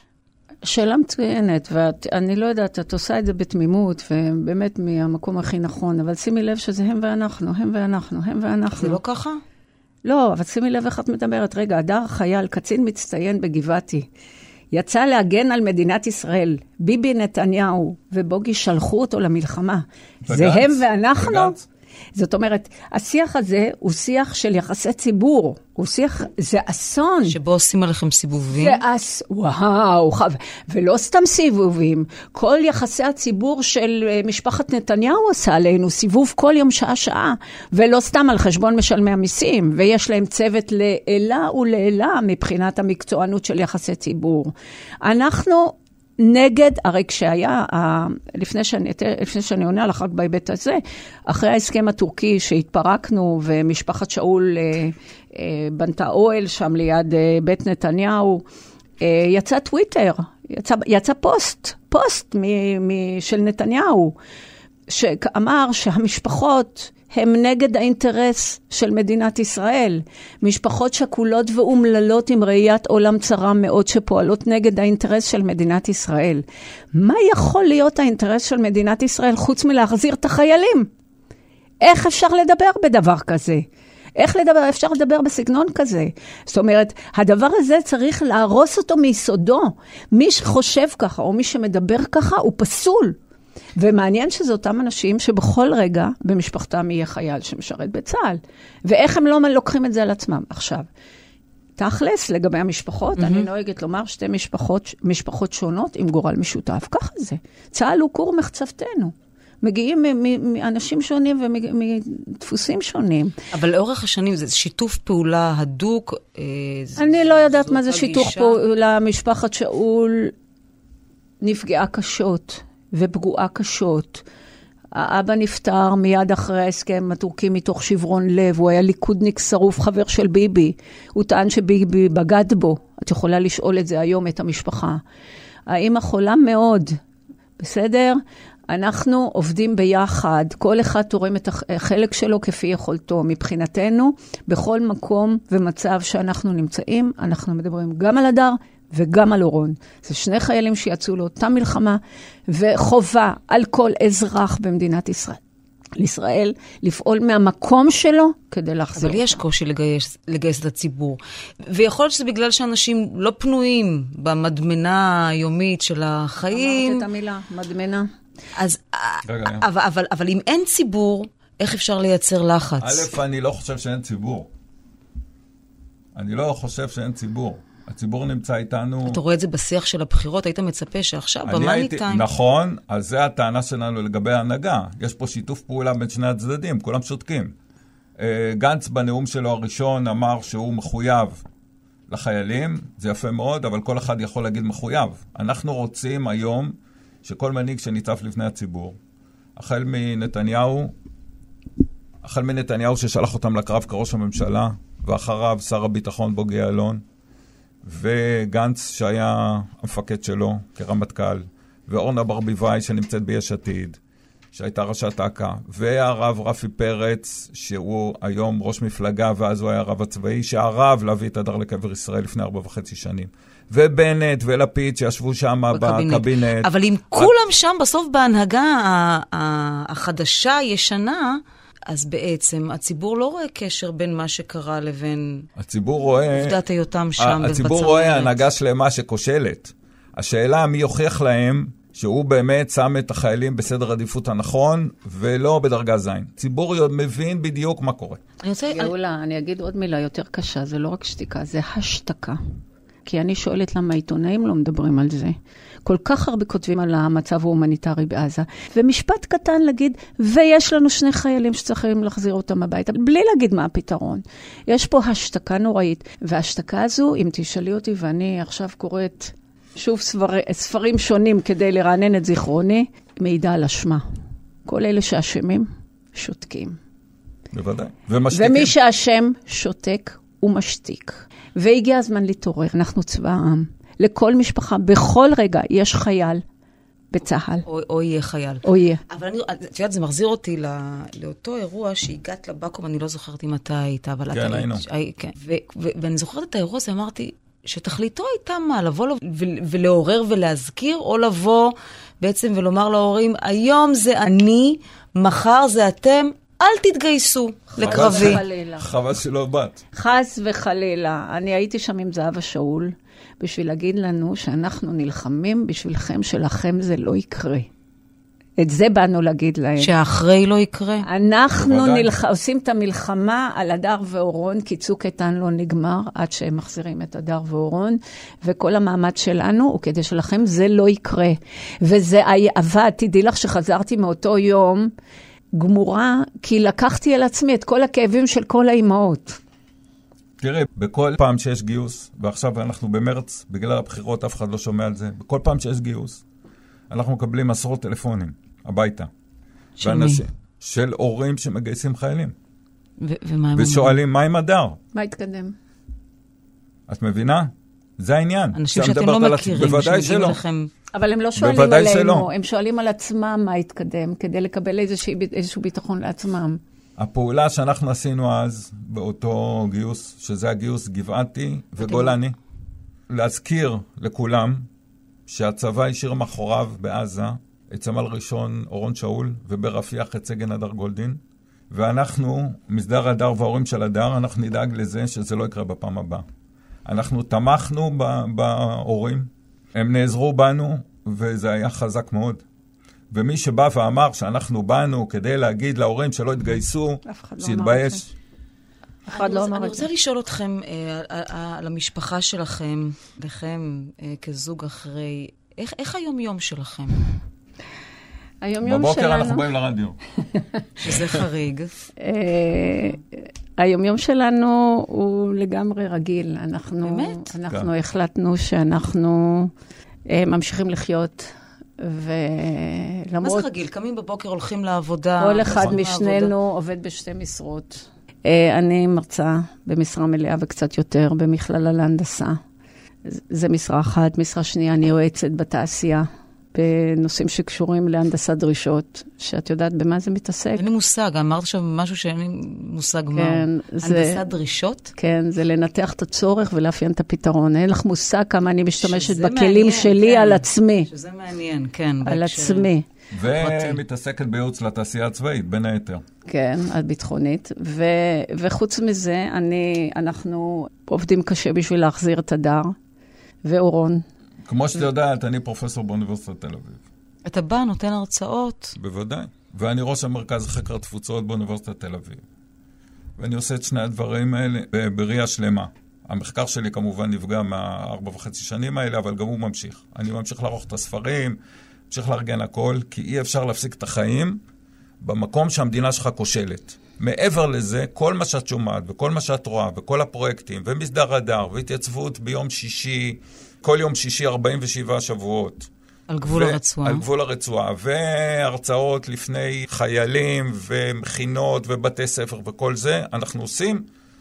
שאלה מצוינת, ואני לא יודעת, את עושה את זה בתמימות, ובאמת מהמקום הכי נכון, אבל שימי לב שזה הם ואנחנו, הם ואנחנו, הם ואנחנו. זה לא ככה? לא, אבל שימי לב איך את מדברת. רגע, הדר חייל, קצין מצטיין בגבעתי, יצא להגן על מדינת ישראל. ביבי נתניהו ובוגי שלחו אותו למלחמה. בגץ, זה הם ואנחנו? בגץ. זאת אומרת, השיח הזה הוא שיח של יחסי ציבור. הוא שיח, זה אסון. שבו עושים עליכם סיבובים? זה אס... וואו, ולא סתם סיבובים. כל יחסי הציבור של משפחת נתניהו עשה עלינו סיבוב כל יום שעה-שעה, ולא סתם על חשבון משלמי המיסים, ויש להם צוות לעילה ולעילה מבחינת המקצוענות של יחסי ציבור. אנחנו... נגד, הרי כשהיה, לפני שאני, לפני שאני עונה לך רק בהיבט הזה, אחרי ההסכם הטורקי שהתפרקנו ומשפחת שאול בנתה אוהל שם ליד בית נתניהו, יצא טוויטר, יצא, יצא פוסט, פוסט מ, מ, של נתניהו, שאמר שהמשפחות הם נגד האינטרס של מדינת ישראל. משפחות שכולות ואומללות עם ראיית עולם צרה מאוד שפועלות נגד האינטרס של מדינת ישראל. מה יכול להיות האינטרס של מדינת ישראל חוץ מלהחזיר את החיילים? איך אפשר לדבר בדבר כזה? איך לדבר? אפשר לדבר בסגנון כזה? זאת אומרת, הדבר הזה צריך להרוס אותו מיסודו. מי שחושב ככה או מי שמדבר ככה הוא פסול. ומעניין שזה אותם אנשים שבכל רגע במשפחתם יהיה חייל שמשרת בצה"ל. ואיך הם לא לוקחים את זה על עצמם. עכשיו, תכלס לגבי המשפחות, mm-hmm. אני נוהגת לומר שתי משפחות, משפחות שונות עם גורל משותף. ככה זה. צה"ל הוא כור מחצבתנו. מגיעים מאנשים שונים ומדפוסים שונים. אבל לאורך השנים זה שיתוף פעולה הדוק. אני לא יודעת מה זה שיתוף פעולה. משפחת שאול נפגעה קשות. ופגועה קשות. האבא נפטר מיד אחרי ההסכם הטורקי מתוך שברון לב. הוא היה ליכודניק שרוף, חבר של ביבי. הוא טען שביבי בגד בו. את יכולה לשאול את זה היום, את המשפחה. האמא חולה מאוד. בסדר? אנחנו עובדים ביחד. כל אחד תורם את החלק שלו כפי יכולתו. מבחינתנו, בכל מקום ומצב שאנחנו נמצאים, אנחנו מדברים גם על הדר, וגם על אורון. זה שני חיילים שיצאו לאותה מלחמה, וחובה על כל אזרח במדינת ישראל. לישראל לפעול מהמקום שלו כדי להחזיר. אבל יש קושי לגייס, לגייס את הציבור. ויכול להיות שזה בגלל שאנשים לא פנויים במדמנה היומית של החיים. אמרת את המילה, מדמנה. אז, אבל, אבל, אבל אם אין ציבור, איך אפשר לייצר לחץ? א', אני לא חושב שאין ציבור. אני לא חושב שאין ציבור. הציבור נמצא איתנו... אתה רואה את זה בשיח של הבחירות, היית מצפה שעכשיו, במאני טיים... נכון, אז זה הטענה שלנו לגבי ההנהגה. יש פה שיתוף פעולה בין שני הצדדים, כולם שותקים. גנץ בנאום שלו הראשון אמר שהוא מחויב לחיילים, זה יפה מאוד, אבל כל אחד יכול להגיד מחויב. אנחנו רוצים היום שכל מנהיג שניצב לפני הציבור, החל מנתניהו, החל מנתניהו ששלח אותם לקרב כראש הממשלה, ואחריו שר הביטחון בוגי יעלון, וגנץ שהיה המפקד שלו כרמטכ"ל, ואורנה ברביבאי שנמצאת ביש עתיד, שהייתה ראשת אכ"א, והרב רפי פרץ, שהוא היום ראש מפלגה, ואז הוא היה הרב הצבאי, שהרב להביא את הדר לקבר ישראל לפני ארבע וחצי שנים. ובנט ולפיד שישבו שם בקבינט. בקבינט. אבל אם כולם שם בסוף בהנהגה החדשה, ישנה, אז בעצם הציבור לא רואה קשר בין מה שקרה לבין... הציבור רואה... עובדת היותם שם. הציבור רואה הנהגה שלמה שכושלת. השאלה מי יוכיח להם שהוא באמת שם את החיילים בסדר עדיפות הנכון, ולא בדרגה זין. ציבור מבין בדיוק מה קורה. אני רוצה... גאולה, אני אגיד עוד מילה יותר קשה, זה לא רק שתיקה, זה השתקה. כי אני שואלת למה העיתונאים לא מדברים על זה. כל כך הרבה כותבים על המצב ההומניטרי בעזה. ומשפט קטן להגיד, ויש לנו שני חיילים שצריכים להחזיר אותם הביתה, בלי להגיד מה הפתרון. יש פה השתקה נוראית, וההשתקה הזו, אם תשאלי אותי, ואני עכשיו קוראת שוב ספר, ספרים שונים כדי לרענן את זיכרוני, מעידה על אשמה. כל אלה שאשמים, שותקים. בוודאי. ומשתיקים. ומי שאשם, שותק ומשתיק. והגיע הזמן להתעורר, אנחנו צבא העם. לכל משפחה, בכל רגע, יש חייל בצהל. או, או יהיה חייל. או יהיה. אבל אני, את יודעת, זה מחזיר אותי לא, לאותו אירוע שהגעת לבקום, אני לא זוכרת אם אתה היית, אבל כן, אתה היינו. היית. כן, ו, ו, ואני זוכרת את האירוע הזה, אמרתי, שתכליתו הייתה מה, לבוא ו, ולעורר ולהזכיר, או לבוא בעצם ולומר להורים, היום זה אני, מחר זה אתם, אל תתגייסו לקרבי. חבל שלא באת. חס וחלילה. אני הייתי שם עם זהבה שאול, בשביל להגיד לנו שאנחנו נלחמים בשבילכם, שלכם זה לא יקרה. את זה באנו להגיד להם. שאחרי לא יקרה? אנחנו נלח... עושים את המלחמה על הדר ואורון, כי צוק איתן לא נגמר, עד שהם מחזירים את הדר ואורון, וכל המעמד שלנו הוא כדי שלכם זה לא יקרה. וזה עבד, תדעי לך שחזרתי מאותו יום, גמורה, כי לקחתי על עצמי את כל הכאבים של כל האימהות. תראי, בכל פעם שיש גיוס, ועכשיו אנחנו במרץ, בגלל הבחירות אף אחד לא שומע על זה, בכל פעם שיש גיוס, אנחנו מקבלים עשרות טלפונים הביתה. של מי? של הורים שמגייסים חיילים. ו- ומה הם ושואלים, מה עם הדר? מה התקדם? את מבינה? זה העניין. אנשים שאתם לא מכירים, בוודאי שלא. לכם... אבל הם לא שואלים עלינו, שלא. הם שואלים על עצמם מה התקדם, כדי לקבל איזושהי, איזשהו ביטחון לעצמם. הפעולה שאנחנו עשינו אז, באותו גיוס, שזה הגיוס גבעתי וגולני, להזכיר לכולם שהצבא השאיר מאחוריו בעזה את סמל ראשון אורון שאול, וברפיח את סגן הדר גולדין, ואנחנו, מסדר הדר וההורים של הדר, אנחנו נדאג לזה שזה לא יקרה בפעם הבאה. אנחנו תמכנו בהורים, הם נעזרו בנו, וזה היה חזק מאוד. ומי שבא ואמר שאנחנו באנו כדי להגיד להורים שלא התגייסו, שיתבייש. אף אחד לא אמר את זה. אני רוצה לשאול אתכם על המשפחה שלכם, לכם כזוג אחרי, איך היום יום שלכם? היום יום שלנו... בבוקר אנחנו באים לרדיו. שזה חריג. היום יום שלנו הוא לגמרי רגיל. באמת? אנחנו החלטנו שאנחנו ממשיכים לחיות, ולמרות... מה זה רגיל? קמים בבוקר, הולכים לעבודה. כל אחד משנינו עובד בשתי משרות. אני מרצה במשרה מלאה וקצת יותר במכללה להנדסה. זה משרה אחת. משרה שנייה, אני יועצת בתעשייה בנושאים שקשורים להנדסת דרישות, שאת יודעת במה זה מתעסק. אין לי מושג, אמרת שם משהו שאין לי מושג מה. כן, זה... הנדסת דרישות? כן, זה לנתח את הצורך ולאפיין את הפתרון. אין לך מושג כמה אני משתמשת בכלים מעניין, שלי כן. על עצמי. שזה מעניין, כן. על בהקשר... עצמי. ומתעסקת בייעוץ לתעשייה הצבאית, בין היתר. כן, הביטחונית. ו... וחוץ מזה, אני, אנחנו עובדים קשה בשביל להחזיר את הדר, ואורון. כמו שאתה יודעת, אני פרופסור באוניברסיטת תל אביב. אתה בא, נותן הרצאות. בוודאי. ואני ראש המרכז לחקר תפוצות באוניברסיטת תל אביב. ואני עושה את שני הדברים האלה בראייה שלמה. המחקר שלי כמובן נפגע מהארבע וחצי שנים האלה, אבל גם הוא ממשיך. אני ממשיך לערוך את הספרים, ממשיך לארגן הכל, כי אי אפשר להפסיק את החיים במקום שהמדינה שלך כושלת. מעבר לזה, כל מה שאת שומעת וכל מה שאת רואה וכל הפרויקטים ומסדר הדר והתייצבות ביום שישי, כל יום שישי ארבעים ושבעה שבועות. על גבול ו- הרצועה. על גבול הרצועה, והרצאות לפני חיילים ומכינות ובתי ספר וכל זה, אנחנו עושים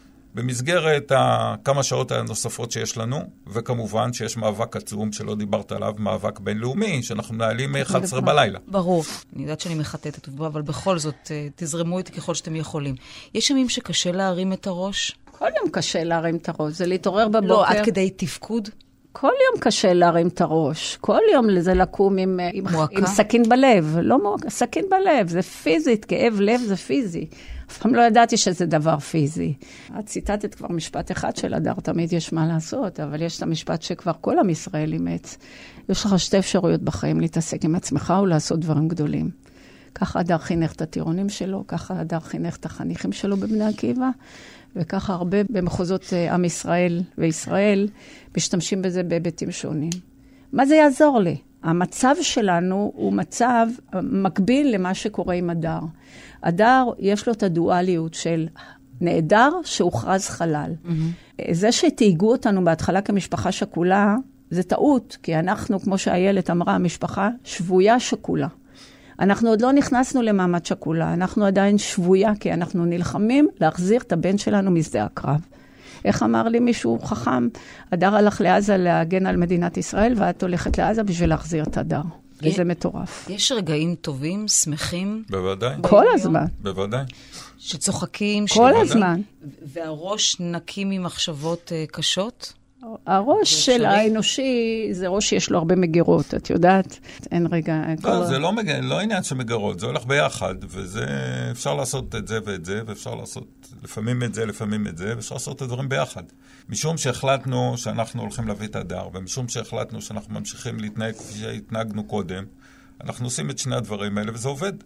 במסגרת כמה שעות הנוספות שיש לנו, וכמובן שיש מאבק עצום שלא דיברת עליו, מאבק בינלאומי, שאנחנו מנהלים מ-אחת עשרה בלילה. ברור, אני יודעת שאני מחטטת, אבל בכל זאת, תזרמו איתי ככל שאתם יכולים. יש ימים שקשה להרים את הראש? כל יום קשה להרים את הראש, זה להתעורר בבוקר. לא, עד כדי תפקוד? כל יום קשה להרים את הראש. כל יום לזה לקום עם, עם, עם סכין בלב. לא מועקה, סכין בלב, זה פיזית, כאב לב זה פיזי. אף פעם לא ידעתי שזה דבר פיזי. את ציטטת כבר משפט אחד של הדר, תמיד יש מה לעשות, אבל יש את המשפט שכבר כל עם ישראל אימץ. יש לך שתי אפשרויות בחיים, להתעסק עם עצמך או לעשות דברים גדולים. ככה הדר חינך את הטירונים שלו, ככה הדר חינך את החניכים שלו בבני עקיבא, וככה הרבה במחוזות עם ישראל וישראל משתמשים בזה בהיבטים שונים. מה זה יעזור לי? המצב שלנו הוא מצב מקביל למה שקורה עם הדר. הדר יש לו את הדואליות של נהדר שהוכרז חלל. Mm-hmm. זה שתהיגו אותנו בהתחלה כמשפחה שכולה, זה טעות, כי אנחנו, כמו שהילד אמרה, המשפחה שבויה שכולה. אנחנו עוד לא נכנסנו למעמד שכולה, אנחנו עדיין שבויה, כי אנחנו נלחמים להחזיר את הבן שלנו משדה הקרב. איך אמר לי מישהו חכם? הדר הלך לעזה להגן על מדינת ישראל, ואת הולכת לעזה בשביל להחזיר את הדר. וזה מטורף. יש רגעים טובים, שמחים? בוודאי. כל הזמן. בוודאי. שצוחקים? כל הזמן. והראש נקי ממחשבות קשות? הראש של האנושי זה ראש שיש לו הרבה מגירות, את יודעת? אין רגע... לא, זה לא, מג... לא עניין שמגירות, זה הולך ביחד, וזה אפשר לעשות את זה ואת זה, ואפשר לעשות לפעמים את זה, לפעמים את זה, ואפשר לעשות את הדברים ביחד. משום שהחלטנו שאנחנו הולכים להביא את הדר, ומשום שהחלטנו שאנחנו ממשיכים להתנהג כפי שהתנהגנו קודם, אנחנו עושים את שני הדברים האלה, וזה עובד.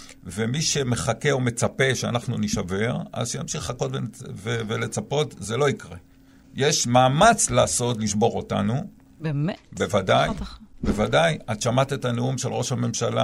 ומי שמחכה או מצפה שאנחנו נשבר, אז שימשיך לחכות ו... ולצפות, זה לא יקרה. יש מאמץ לעשות, לשבור אותנו. באמת? בוודאי, בוודאי. את שמעת את הנאום של ראש הממשלה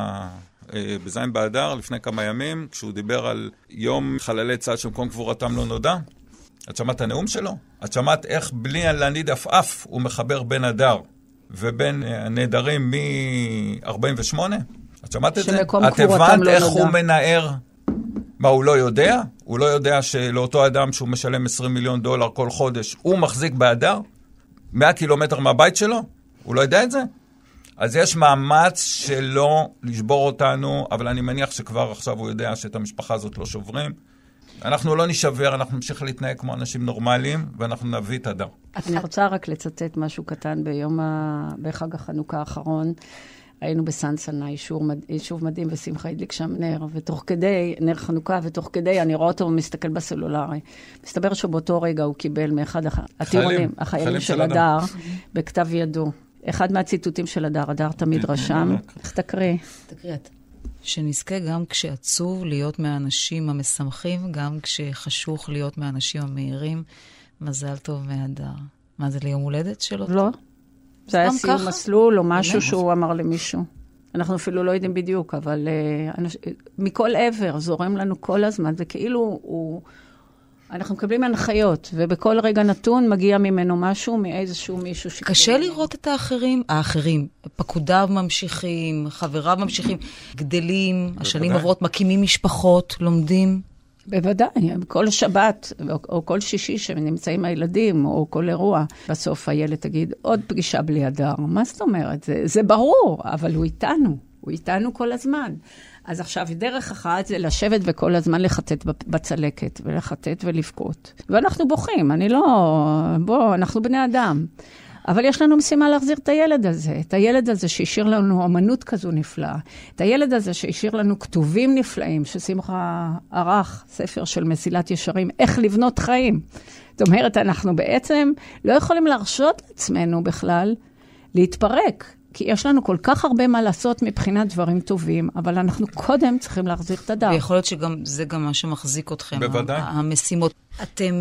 אה, בזין באדר לפני כמה ימים, כשהוא דיבר על יום חללי צה"ל שמקום קבורתם לא נודע. את שמעת את הנאום שלו? את שמעת איך בלי להניד עפעף הוא מחבר בין הדר ובין הנהדרים מ-ארבעים ושמונה? את שמעת את זה? את הבנת איך הוא מנער? מה, הוא לא יודע? הוא לא יודע שלאותו אדם שהוא משלם עשרים מיליון דולר כל חודש, הוא מחזיק באדר? מאה קילומטר מהבית שלו? הוא לא יודע את זה? אז יש מאמץ שלא לשבור אותנו, אבל אני מניח שכבר עכשיו הוא יודע שאת המשפחה הזאת לא שוברים. אנחנו לא נשבר, אנחנו נמשיך להתנהג כמו אנשים נורמליים, ואנחנו נביא את הדר. אני רוצה רק לצטט משהו קטן ביום ה... בחג החנוכה האחרון. היינו בסנסנה, יישוב מדהים, ושמחה הדליק שם נר, ותוך כדי, נר חנוכה, ותוך כדי, אני רואה אותו מסתכל בסלולרי. מסתבר שבאותו רגע הוא קיבל מאחד הטירונים, החיילים של הדר, בכתב ידו. אחד מהציטוטים של הדר, הדר תמיד רשם. איך תקריא? תקריא את. שנזכה גם כשעצוב להיות מהאנשים המשמחים, גם כשחשוך להיות מהאנשים המהירים. מזל טוב מהדר. מה זה ליום הולדת שלו? לא. זה היה סיום מסלול או משהו שהוא אמר למישהו. אנחנו אפילו לא יודעים בדיוק, אבל מכל עבר זורם לנו כל הזמן, וכאילו אנחנו מקבלים הנחיות, ובכל רגע נתון מגיע ממנו משהו, מאיזשהו מישהו שכאילו... קשה לראות את האחרים, האחרים, פקודיו ממשיכים, חבריו ממשיכים, גדלים, השנים עוברות, מקימים משפחות, לומדים. בוודאי, כל שבת או, או כל שישי שנמצאים הילדים או כל אירוע, בסוף הילד תגיד, עוד פגישה בלי הדר. מה זאת אומרת? זה, זה ברור, אבל הוא איתנו, הוא איתנו כל הזמן. אז עכשיו, דרך אחת זה לשבת וכל הזמן לחטט בצלקת, ולחטט ולבכות. ואנחנו בוכים, אני לא... בוא, אנחנו בני אדם. אבל יש לנו משימה להחזיר את הילד הזה, את הילד הזה שהשאיר לנו אמנות כזו נפלאה, את הילד הזה שהשאיר לנו כתובים נפלאים, ששמחה ערך, ספר של מסילת ישרים, איך לבנות חיים. זאת אומרת, אנחנו בעצם לא יכולים להרשות לעצמנו בכלל להתפרק, כי יש לנו כל כך הרבה מה לעשות מבחינת דברים טובים, אבל אנחנו קודם צריכים להחזיר את הדר. ויכול להיות שגם זה גם מה שמחזיק אתכם. בוודאי. המשימות. אתם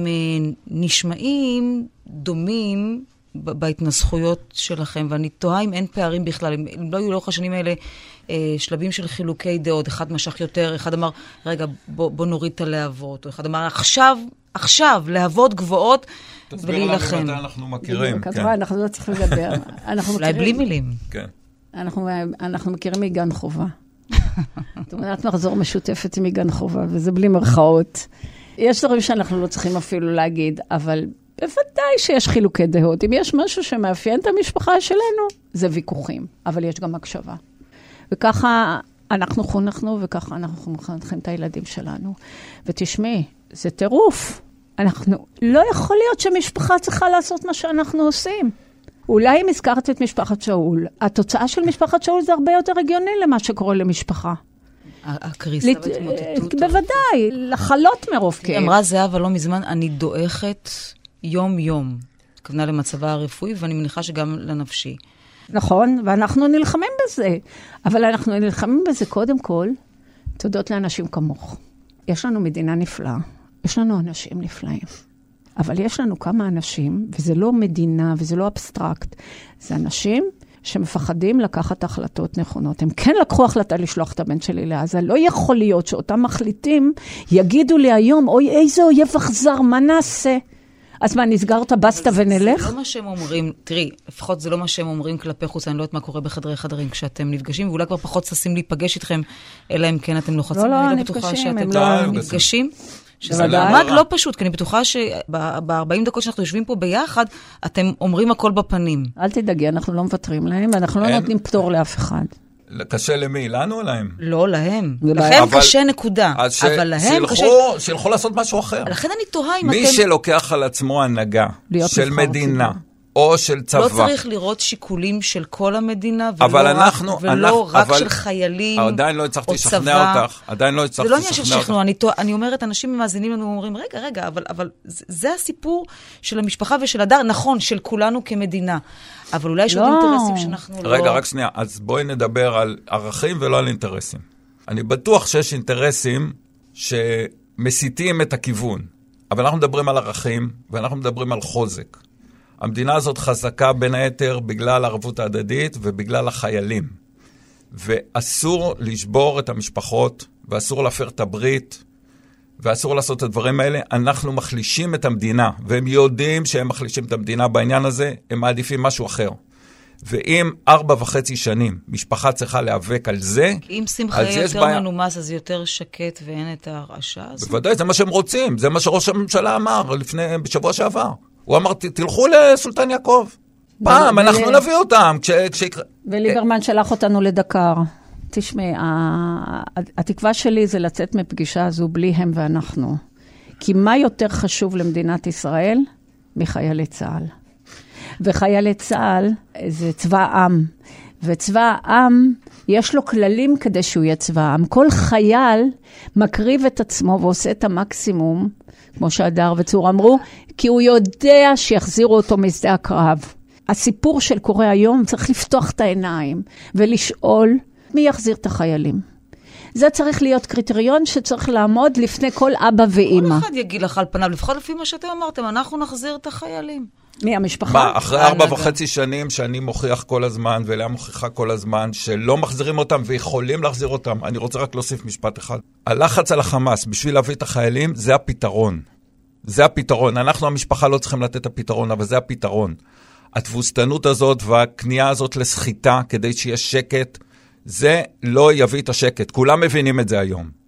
נשמעים דומים בהתנסחויות שלכם, ואני תוהה אם אין פערים בכלל, אם לא היו לאורך השנים האלה אה, שלבים של חילוקי דעות, אחד משך יותר, אחד אמר, רגע, בוא, בוא נוריד את הלהבות, או אחד אמר, עכשיו, עכשיו, להבות גבוהות ולהילחם. תסביר לנו מתי אנחנו מכירים. כן. אנחנו לא צריכים לדבר. אולי בלי מילים. כן. אנחנו, אנחנו מכירים מגן חובה. זאת אומרת, מחזור משותפת מגן חובה, וזה בלי מרכאות. יש דברים שאנחנו לא צריכים אפילו להגיד, אבל בוודאי שיש חילוקי דעות. אם יש משהו שמאפיין את המשפחה שלנו, זה ויכוחים, אבל יש גם הקשבה. וככה אנחנו חונכנו, וככה אנחנו חונכים את הילדים שלנו. ותשמעי, זה טירוף. אנחנו, לא יכול להיות שמשפחה צריכה לעשות מה שאנחנו עושים. אולי אם הזכרת את משפחת שאול, התוצאה של משפחת שאול זה הרבה יותר הגיוני למה שקורה למשפחה. הקריסה והתמוטטות. בוודאי, לחלות מרוב כאב. אמרה זהבה לא מזמן, אני דואכת יום יום. כוונה למצבה הרפואי, ואני מניחה שגם לנפשי. נכון, ואנחנו נלחמים בזה. אבל אנחנו נלחמים בזה קודם כל, תודות לאנשים כמוך. יש לנו מדינה נפלאה. יש לנו אנשים נפלאים. אבל יש לנו כמה אנשים, וזה לא מדינה, וזה לא אבסטרקט. זה אנשים שמפחדים לקחת החלטות נכונות. הם כן לקחו החלטה לשלוח את הבן שלי לעזה. לא יכול להיות שאותם מחליטים יגידו לי היום, אוי, איזה אויב אכזר, מה נעשה? אז מה, נסגר את הבסטה ונלך? זה לא מה שהם אומרים, תראי, לפחות זה לא מה שהם אומרים כלפי חוץ, אני לא יודעת מה קורה בחדרי חדרים כשאתם נפגשים, ואולי כבר פחות ששים להיפגש איתכם, אלא אם כן אתם לוחצים, לא, לא, אני לא בטוחה שאתם לא נפגשים. שזה מעמד לא פשוט, כי אני בטוחה שב-ארבעים דקות שאנחנו יושבים פה ביחד, אתם אומרים הכל בפנים. אל תדאגי, אנחנו לא מוותרים להם, ואנחנו לא נותנים פטור לאף אחד. קשה למי? לנו או להם? לא, להם. לכם קשה נקודה. אבל להם קשה... שילכו לעשות משהו אחר. לכן אני תוהה אם אתם... מי שלוקח על עצמו הנהגה של מדינה, או של צבא. לא צריך לראות שיקולים של כל המדינה, ולא רק של חיילים או צבא. עדיין לא הצלחתי לשכנע אותך. עדיין לא הצלחתי לשכנע אותך. זה לא עניין של שכנוע. אני אומרת, אנשים מאזינים לנו ואומרים, רגע, רגע, אבל זה הסיפור של המשפחה ושל הדר, נכון, של כולנו כמדינה. אבל אולי יש עוד אינטרסים שאנחנו לא... רגע, רק שנייה. אז בואי נדבר על ערכים ולא על אינטרסים. אני בטוח שיש אינטרסים שמסיתים את הכיוון. אבל אנחנו מדברים על ערכים, ואנחנו מדברים על חוזק. המדינה הזאת חזקה בין היתר בגלל הערבות ההדדית ובגלל החיילים. ואסור לשבור את המשפחות, ואסור להפר את הברית, ואסור לעשות את הדברים האלה. אנחנו מחלישים את המדינה, והם יודעים שהם מחלישים את המדינה בעניין הזה, הם מעדיפים משהו אחר. ואם ארבע וחצי שנים משפחה צריכה להיאבק על זה, אם שמחה יהיה יותר בעיה... מנומס, אז יותר שקט ואין את הרעשה הזאת. בוודאי, זה מה שהם רוצים. זה מה שראש הממשלה אמר לפני, בשבוע שעבר. הוא אמר, תלכו לסולטן יעקב. פעם, אנחנו נביא אותם. וליברמן שלח אותנו לדקר. תשמעי, התקווה שלי זה לצאת מפגישה הזו בלי הם ואנחנו. כי מה יותר חשוב למדינת ישראל מחיילי צה"ל? וחיילי צה"ל זה צבא העם. וצבא העם, יש לו כללים כדי שהוא יהיה צבא העם. כל חייל מקריב את עצמו ועושה את המקסימום, כמו שהדר וצור אמרו, כי הוא יודע שיחזירו אותו משדה הקרב. הסיפור של קורה היום צריך לפתוח את העיניים ולשאול מי יחזיר את החיילים. זה צריך להיות קריטריון שצריך לעמוד לפני כל אבא ואמא. כל אחד יגיד לך על פניו, לפחות לפי מה שאתם אמרתם, אנחנו נחזיר את החיילים. מי המשפחה? מה, אחרי ארבע וחצי שנים שאני מוכיח כל הזמן, ולאה מוכיחה כל הזמן, שלא מחזירים אותם ויכולים להחזיר אותם, אני רוצה רק להוסיף משפט אחד. הלחץ על החמאס בשביל להביא את החיילים, זה הפתרון. זה הפתרון. אנחנו המשפחה לא צריכים לתת את הפתרון, אבל זה הפתרון. התבוסתנות הזאת והקנייה הזאת לסחיטה, כדי שיהיה שקט, זה לא יביא את השקט. כולם מבינים את זה היום.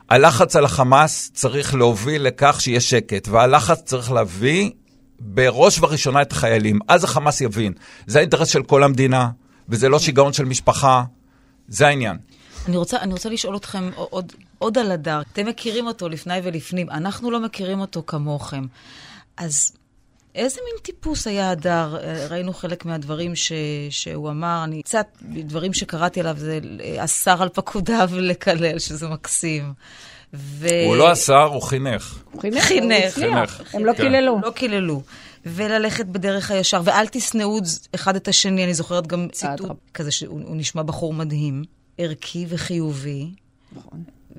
הלחץ על החמאס צריך להוביל לכך שיהיה שקט, והלחץ צריך להביא בראש וראשונה את החיילים. אז החמאס יבין. זה האינטרס של כל המדינה, וזה לא שיגעון של משפחה, זה העניין. אני רוצה, אני רוצה לשאול אתכם עוד, עוד על הדר. אתם מכירים אותו לפני ולפנים, אנחנו לא מכירים אותו כמוכם. אז איזה מין טיפוס היה הדר? ראינו חלק מהדברים ש, שהוא אמר, אני קצת, דברים שקראתי עליו, זה אסר על פקודיו לקלל, שזה מקסים. ו... הוא לא אסר, הוא חינך. הוא חינך, חינך. הוא הצליח. הם לא קיללו. לא קיללו. וללכת בדרך הישר, ואל תסנאו אחד את השני, אני זוכרת גם ציטוט כזה, שהוא נשמע בחור מדהים, ערכי וחיובי. נכון.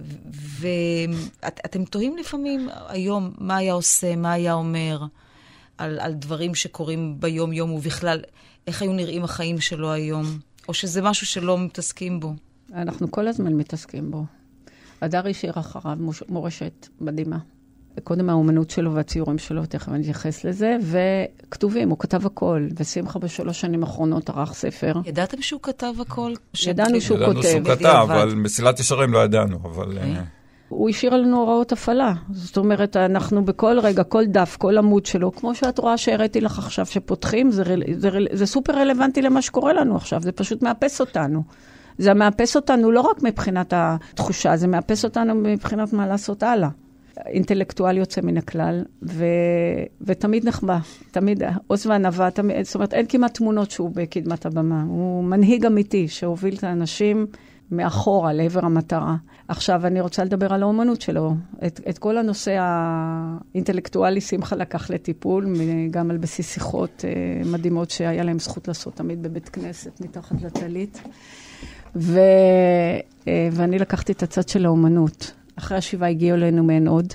ואתם תוהים לפעמים היום מה היה עושה, מה היה אומר, על, על דברים שקורים ביום יום, ובכלל, איך היו נראים החיים שלו היום, או שזה משהו שלא מתעסקים בו? אנחנו כל הזמן מתעסקים בו. הדר השאיר אחריו מורשת מדהימה. קודם האומנות שלו והציורים שלו, תכף אני אתייחס לזה, וכתובים, הוא כתב הכל, ושמחה בשלוש שנים האחרונות ערך ספר. ידעתם שהוא כתב הכל? ידענו שהוא כותב. ידענו שהוא כתב, אבל מסילת ישרים לא ידענו, אבל... הוא השאיר לנו הוראות הפעלה. זאת אומרת, אנחנו בכל רגע, כל דף, כל עמוד שלו, כמו שאת רואה שהראיתי לך עכשיו שפותחים, זה, זה, זה סופר רלוונטי למה שקורה לנו עכשיו, זה פשוט מאפס אותנו. זה מאפס אותנו לא רק מבחינת התחושה, זה מאפס אותנו מבחינת מה לעשות הלאה. אינטלקטואל יוצא מן הכלל, ו... ותמיד נחבא, תמיד עוז וענווה, תמיד... זאת אומרת, אין כמעט תמונות שהוא בקדמת הבמה. הוא מנהיג אמיתי שהוביל את האנשים מאחורה לעבר המטרה. עכשיו, אני רוצה לדבר על האומנות שלו. את, את כל הנושא האינטלקטואלי שמחה לקח לטיפול, גם על בסיס שיחות uh, מדהימות שהיה להם זכות לעשות תמיד בבית כנסת, מתחת לטלית. ו... Uh, ואני לקחתי את הצד של האומנות. אחרי השבעה הגיעו אלינו מעין עוד,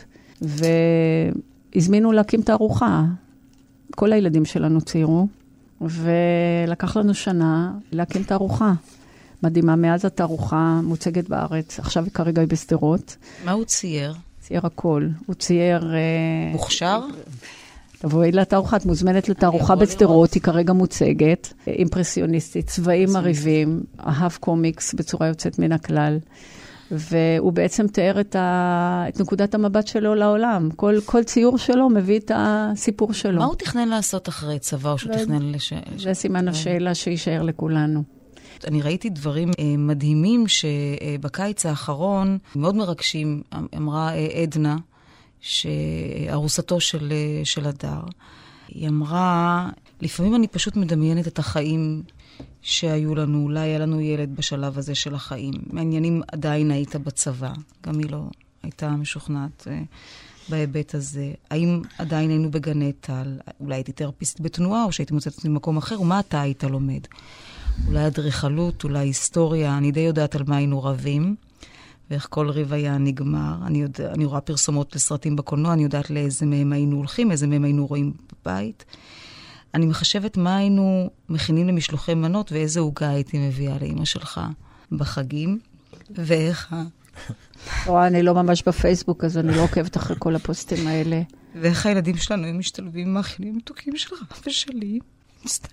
והזמינו להקים תערוכה. כל הילדים שלנו ציירו, ולקח לנו שנה להקים תערוכה. מדהימה, מאז התערוכה מוצגת בארץ, עכשיו כרגע היא בסדרות. מה הוא צייר? צייר הכל. הוא צייר... מוכשר? תבואי לתערוכה, את מוזמנת לתערוכה בסדרות, היא כרגע מוצגת, אימפרסיוניסטית, צבעים מריבים, אהב קומיקס בצורה יוצאת מן הכלל. והוא בעצם תיאר את, ה... את נקודת המבט שלו לעולם. כל, כל ציור שלו מביא את הסיפור שלו. מה הוא תכנן לעשות אחרי צבא, או שהוא תכנן לש... זה סימן השאלה שישאר לכולנו. אני ראיתי דברים מדהימים שבקיץ האחרון, מאוד מרגשים, אמרה עדנה, שארוסתו של, של הדר, היא אמרה, לפעמים אני פשוט מדמיינת את החיים שהיו לנו, אולי היה לנו ילד בשלב הזה של החיים. מעניינים עדיין היית בצבא, גם היא לא הייתה משוכנעת uh, בהיבט הזה. האם עדיין היינו בגני טל, אולי הייתי תרפיסט בתנועה, או שהייתי מוצאת במקום אחר, ומה אתה היית לומד? אולי אדריכלות, אולי היסטוריה, אני די יודעת על מה היינו רבים, ואיך כל ריב היה נגמר. אני, יודע, אני רואה פרסומות לסרטים בקולנוע, אני יודעת לאיזה מהם היינו הולכים, איזה מהם היינו רואים בבית. אני מחשבת מה היינו מכינים למשלוחי מנות, ואיזה עוגה הייתי מביאה לאמא שלך בחגים, ואיך... רואה, אני לא ממש בפייסבוק, אז אני לא עוקבת אחרי כל הפוסטים האלה. ואיך הילדים שלנו הם משתלבים עם האכילים מתוקים שלך ושלי. מסתרת.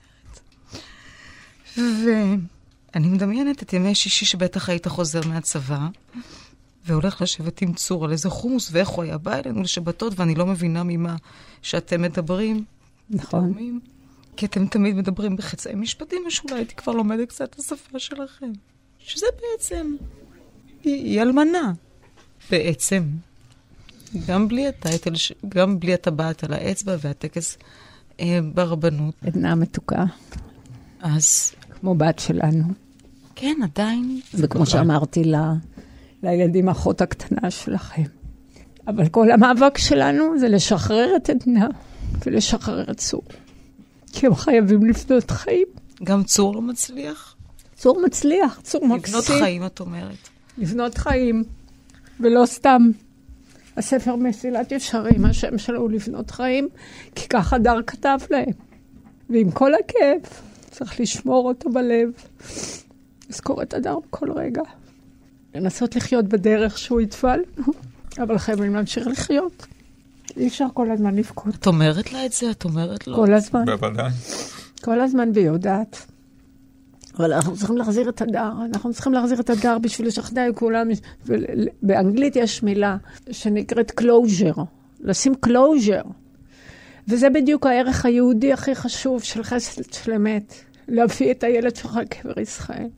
ואני מדמיינת את ימי שישי שבטח היית חוזר מהצבא, והולך לשבת עם צור על איזה חומוס, ואיך הוא היה בא אלינו לשבתות, ואני לא מבינה ממה שאתם מדברים. נכון. כי אתם תמיד מדברים בחצאי משפטים, ושאולי הייתי כבר לומדת קצת את השפה שלכם. שזה בעצם, היא, היא אלמנה. בעצם. גם בלי הטייטל, גם בלי הטבעת על האצבע והטקס אה, ברבנות. עדנה מתוקה. אז... כמו בת שלנו. כן, עדיין. וכמו שאמרתי לה, לילדים האחות הקטנה שלכם. אבל כל המאבק שלנו זה לשחרר את עדנה ולשחרר את צור. כי הם חייבים לפנות חיים. גם צור לא מצליח? צור מצליח, צור מקסים. לבנות חיים, את אומרת. לבנות חיים, ולא סתם. הספר מסילת ישרים, השם שלו הוא לבנות חיים, כי ככה דר כתב להם. ועם כל הכאב, צריך לשמור אותו בלב. לזכור את הדר בכל רגע. לנסות לחיות בדרך שהוא יתפע לנו, אבל חייבים להמשיך לחיות. אי אפשר כל הזמן לבכות. את אומרת לה את זה? את אומרת לו? כל הזמן. בוודאי. כל הזמן והיא יודעת. אבל אנחנו צריכים להחזיר את הדר, אנחנו צריכים להחזיר את הדר בשביל לשכנע את כולם. באנגלית יש מילה שנקראת closure, לשים closure. וזה בדיוק הערך היהודי הכי חשוב של חסד של אמת, להביא את הילד שלך לקבר ישראל.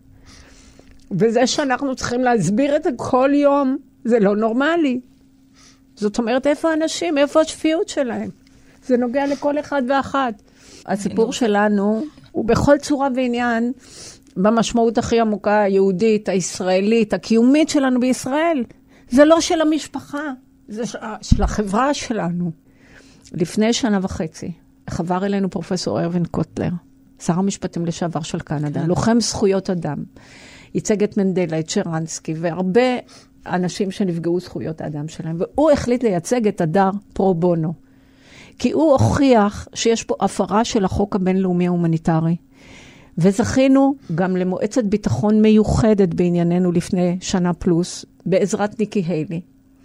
וזה שאנחנו צריכים להסביר את זה כל יום, זה לא נורמלי. זאת אומרת, איפה האנשים, איפה השפיות שלהם? זה נוגע לכל אחד ואחת. הסיפור שלנו הוא בכל צורה ועניין, במשמעות הכי עמוקה, היהודית, הישראלית, הקיומית שלנו בישראל. זה לא של המשפחה, זה של החברה שלנו. לפני שנה וחצי, חבר אלינו פרופסור ארווין קוטלר, שר המשפטים לשעבר של קנדה, לוחם זכויות אדם, ייצג את מנדלה, את שרנסקי, והרבה אנשים שנפגעו זכויות האדם שלהם, והוא החליט לייצג את הדר פרו בונו, כי הוא הוכיח שיש פה הפרה של החוק הבינלאומי ההומניטרי, וזכינו גם למועצת ביטחון מיוחדת בענייננו לפני שנה פלוס, בעזרת ניקי היילי,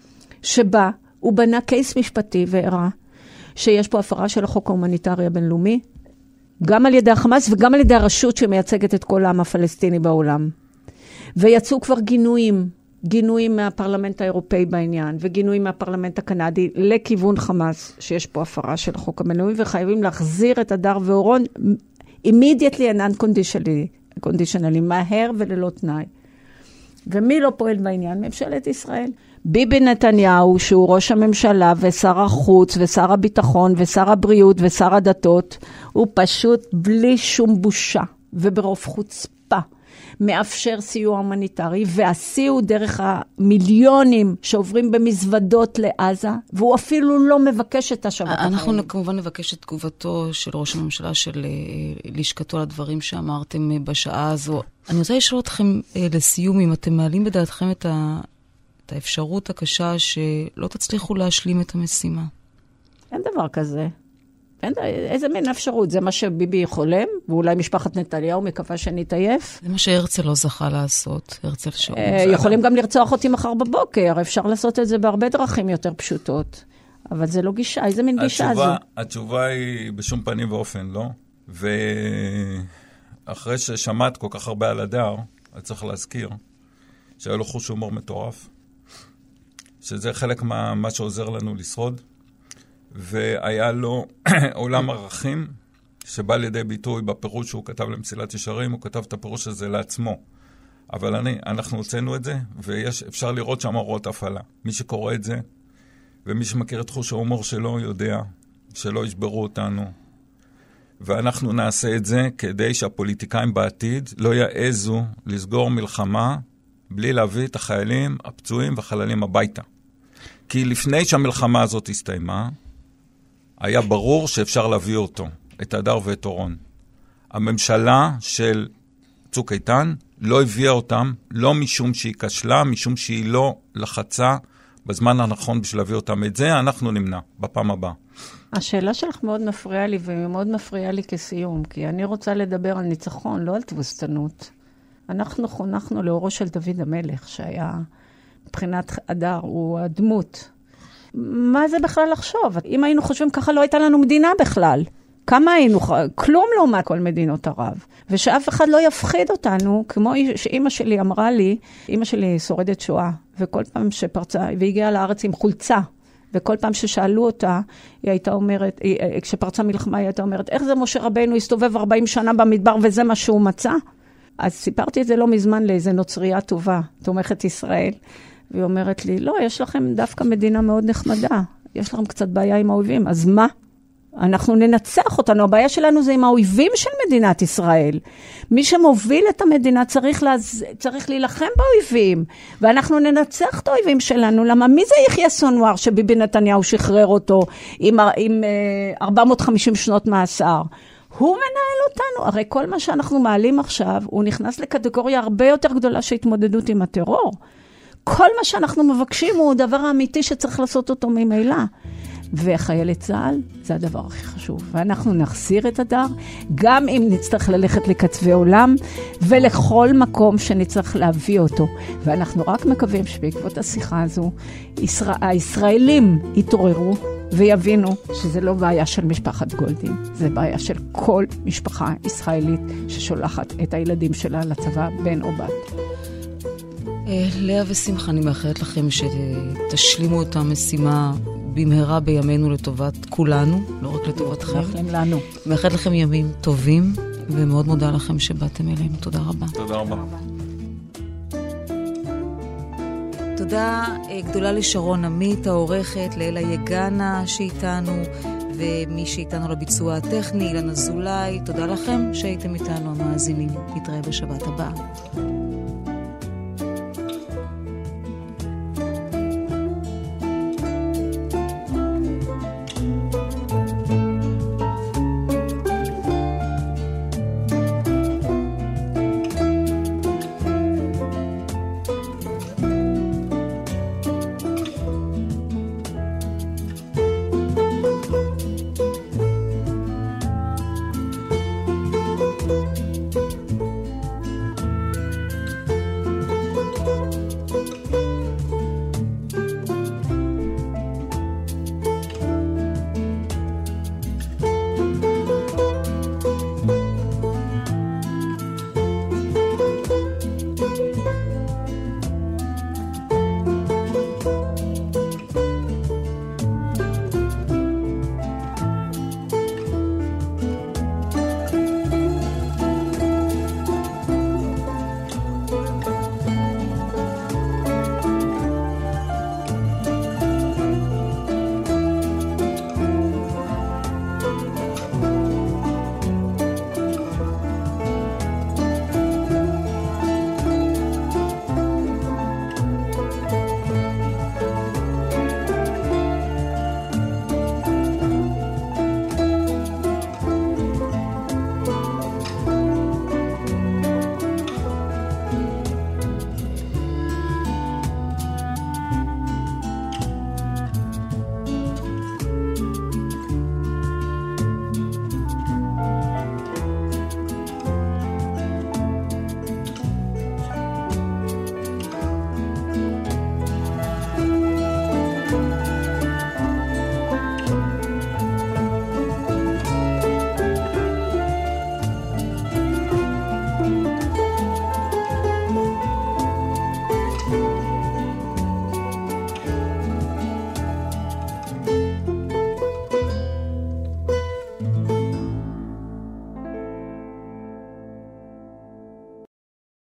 שבה הוא בנה קייס משפטי והראה, שיש פה הפרה של החוק ההומניטרי הבינלאומי, גם על ידי החמאס וגם על ידי הרשות שמייצגת את כל העם הפלסטיני בעולם. ויצאו כבר גינויים, גינויים מהפרלמנט האירופאי בעניין, וגינויים מהפרלמנט הקנדי לכיוון חמאס, שיש פה הפרה של החוק הבינלאומי, וחייבים להחזיר את הדר ואורון immediately and unconditionally, conditionally, מהר וללא תנאי. ומי לא פועל בעניין? ממשלת ישראל. ביבי נתניהו, שהוא ראש הממשלה ושר החוץ ושר הביטחון ושר הבריאות ושר הדתות, הוא פשוט בלי שום בושה וברוב חוצפה מאפשר סיוע הומניטרי, והסיוע דרך המיליונים שעוברים במזוודות לעזה, והוא אפילו לא מבקש את השבת החיים. אנחנו כמובן נבקש את תגובתו של ראש הממשלה, של לשכתו לדברים שאמרתם בשעה הזו. אני רוצה לשאול אתכם לסיום, אם אתם מעלים בדעתכם את ה... את האפשרות הקשה שלא תצליחו להשלים את המשימה. אין דבר כזה. אין, איזה מין אפשרות? זה מה שביבי חולם, ואולי משפחת נתניהו מקווה שנתעייף. זה מה שהרצל לא זכה לעשות, הרצל שאול. יכולים גם לרצוח אותי מחר בבוקר, אפשר לעשות את זה בהרבה דרכים יותר פשוטות. אבל זה לא גישה, איזה מין גישה זו? התשובה היא בשום פנים ואופן, לא? ואחרי ששמעת כל כך הרבה על הדר, אני צריך להזכיר שהיה לו חוש הומור מטורף. שזה חלק מה, מה שעוזר לנו לשרוד, והיה לו עולם ערכים שבא לידי ביטוי בפירוש שהוא כתב למסילת ישרים, הוא כתב את הפירוש הזה לעצמו. אבל אני, אנחנו הוצאנו את זה, ואפשר לראות שם הוראות הפעלה. מי שקורא את זה, ומי שמכיר את חוש ההומור שלו, יודע שלא ישברו אותנו. ואנחנו נעשה את זה כדי שהפוליטיקאים בעתיד לא יעזו לסגור מלחמה, בלי להביא את החיילים, הפצועים והחללים הביתה. כי לפני שהמלחמה הזאת הסתיימה, היה ברור שאפשר להביא אותו, את הדר ואת אורון. הממשלה של צוק איתן לא הביאה אותם, לא משום שהיא כשלה, משום שהיא לא לחצה בזמן הנכון בשביל להביא אותם. את זה אנחנו נמנע בפעם הבאה. השאלה שלך מאוד מפריעה לי, ומאוד מפריעה לי כסיום, כי אני רוצה לדבר על ניצחון, לא על תבוסתנות. אנחנו חונכנו לאורו של דוד המלך, שהיה מבחינת הדר, הוא הדמות. מה זה בכלל לחשוב? אם היינו חושבים ככה, לא הייתה לנו מדינה בכלל. כמה היינו? כלום לעומת כל מדינות ערב. ושאף אחד לא יפחיד אותנו, כמו שאמא שלי אמרה לי, אמא שלי שורדת שואה, וכל פעם שפרצה, והגיעה לארץ עם חולצה, וכל פעם ששאלו אותה, היא הייתה אומרת, כשפרצה מלחמה, היא הייתה אומרת, איך זה משה רבנו הסתובב ארבעים שנה במדבר, וזה מה שהוא מצא? אז סיפרתי את זה לא מזמן לאיזה נוצריה טובה, תומכת ישראל, והיא אומרת לי, לא, יש לכם דווקא מדינה מאוד נחמדה, יש לכם קצת בעיה עם האויבים, אז מה? אנחנו ננצח אותנו, הבעיה שלנו זה עם האויבים של מדינת ישראל. מי שמוביל את המדינה צריך, להז... צריך להילחם באויבים, ואנחנו ננצח את האויבים שלנו. למה? מי זה יחיא סנוואר שביבי נתניהו שחרר אותו עם, עם uh, ארבע מאות וחמישים שנות מאסר? הוא מנהל אותנו. הרי כל מה שאנחנו מעלים עכשיו, הוא נכנס לקטגוריה הרבה יותר גדולה של התמודדות עם הטרור. כל מה שאנחנו מבקשים הוא דבר האמיתי שצריך לעשות אותו ממילא. וחיילי צה"ל זה הדבר הכי חשוב. ואנחנו נחזיר את הדר, גם אם נצטרך ללכת לקצווי עולם, ולכל מקום שנצטרך להביא אותו. ואנחנו רק מקווים שבעקבות השיחה הזו, ישראל... הישראלים יתעוררו, ויבינו שזה לא בעיה של משפחת גולדין, זה בעיה של כל משפחה ישראלית ששולחת את הילדים שלה לצבא, בן או בת. לאה ושמחה, אני מאחלת לכם שתשלימו את המשימה במהרה בימינו לטובת כולנו, לא רק לטובתכם. מאחלים לנו. מאחלת לכם ימים טובים, ומאוד מודה לכם שבאתם אלינו. תודה רבה. תודה רבה. תודה גדולה לשרון עמית, העורכת, לאלה יגנה שאיתנו, ומי שאיתנו לביצוע הטכני, אילן אזולאי. תודה לכם שהייתם איתנו המאזינים. נתראה בשבת הבאה.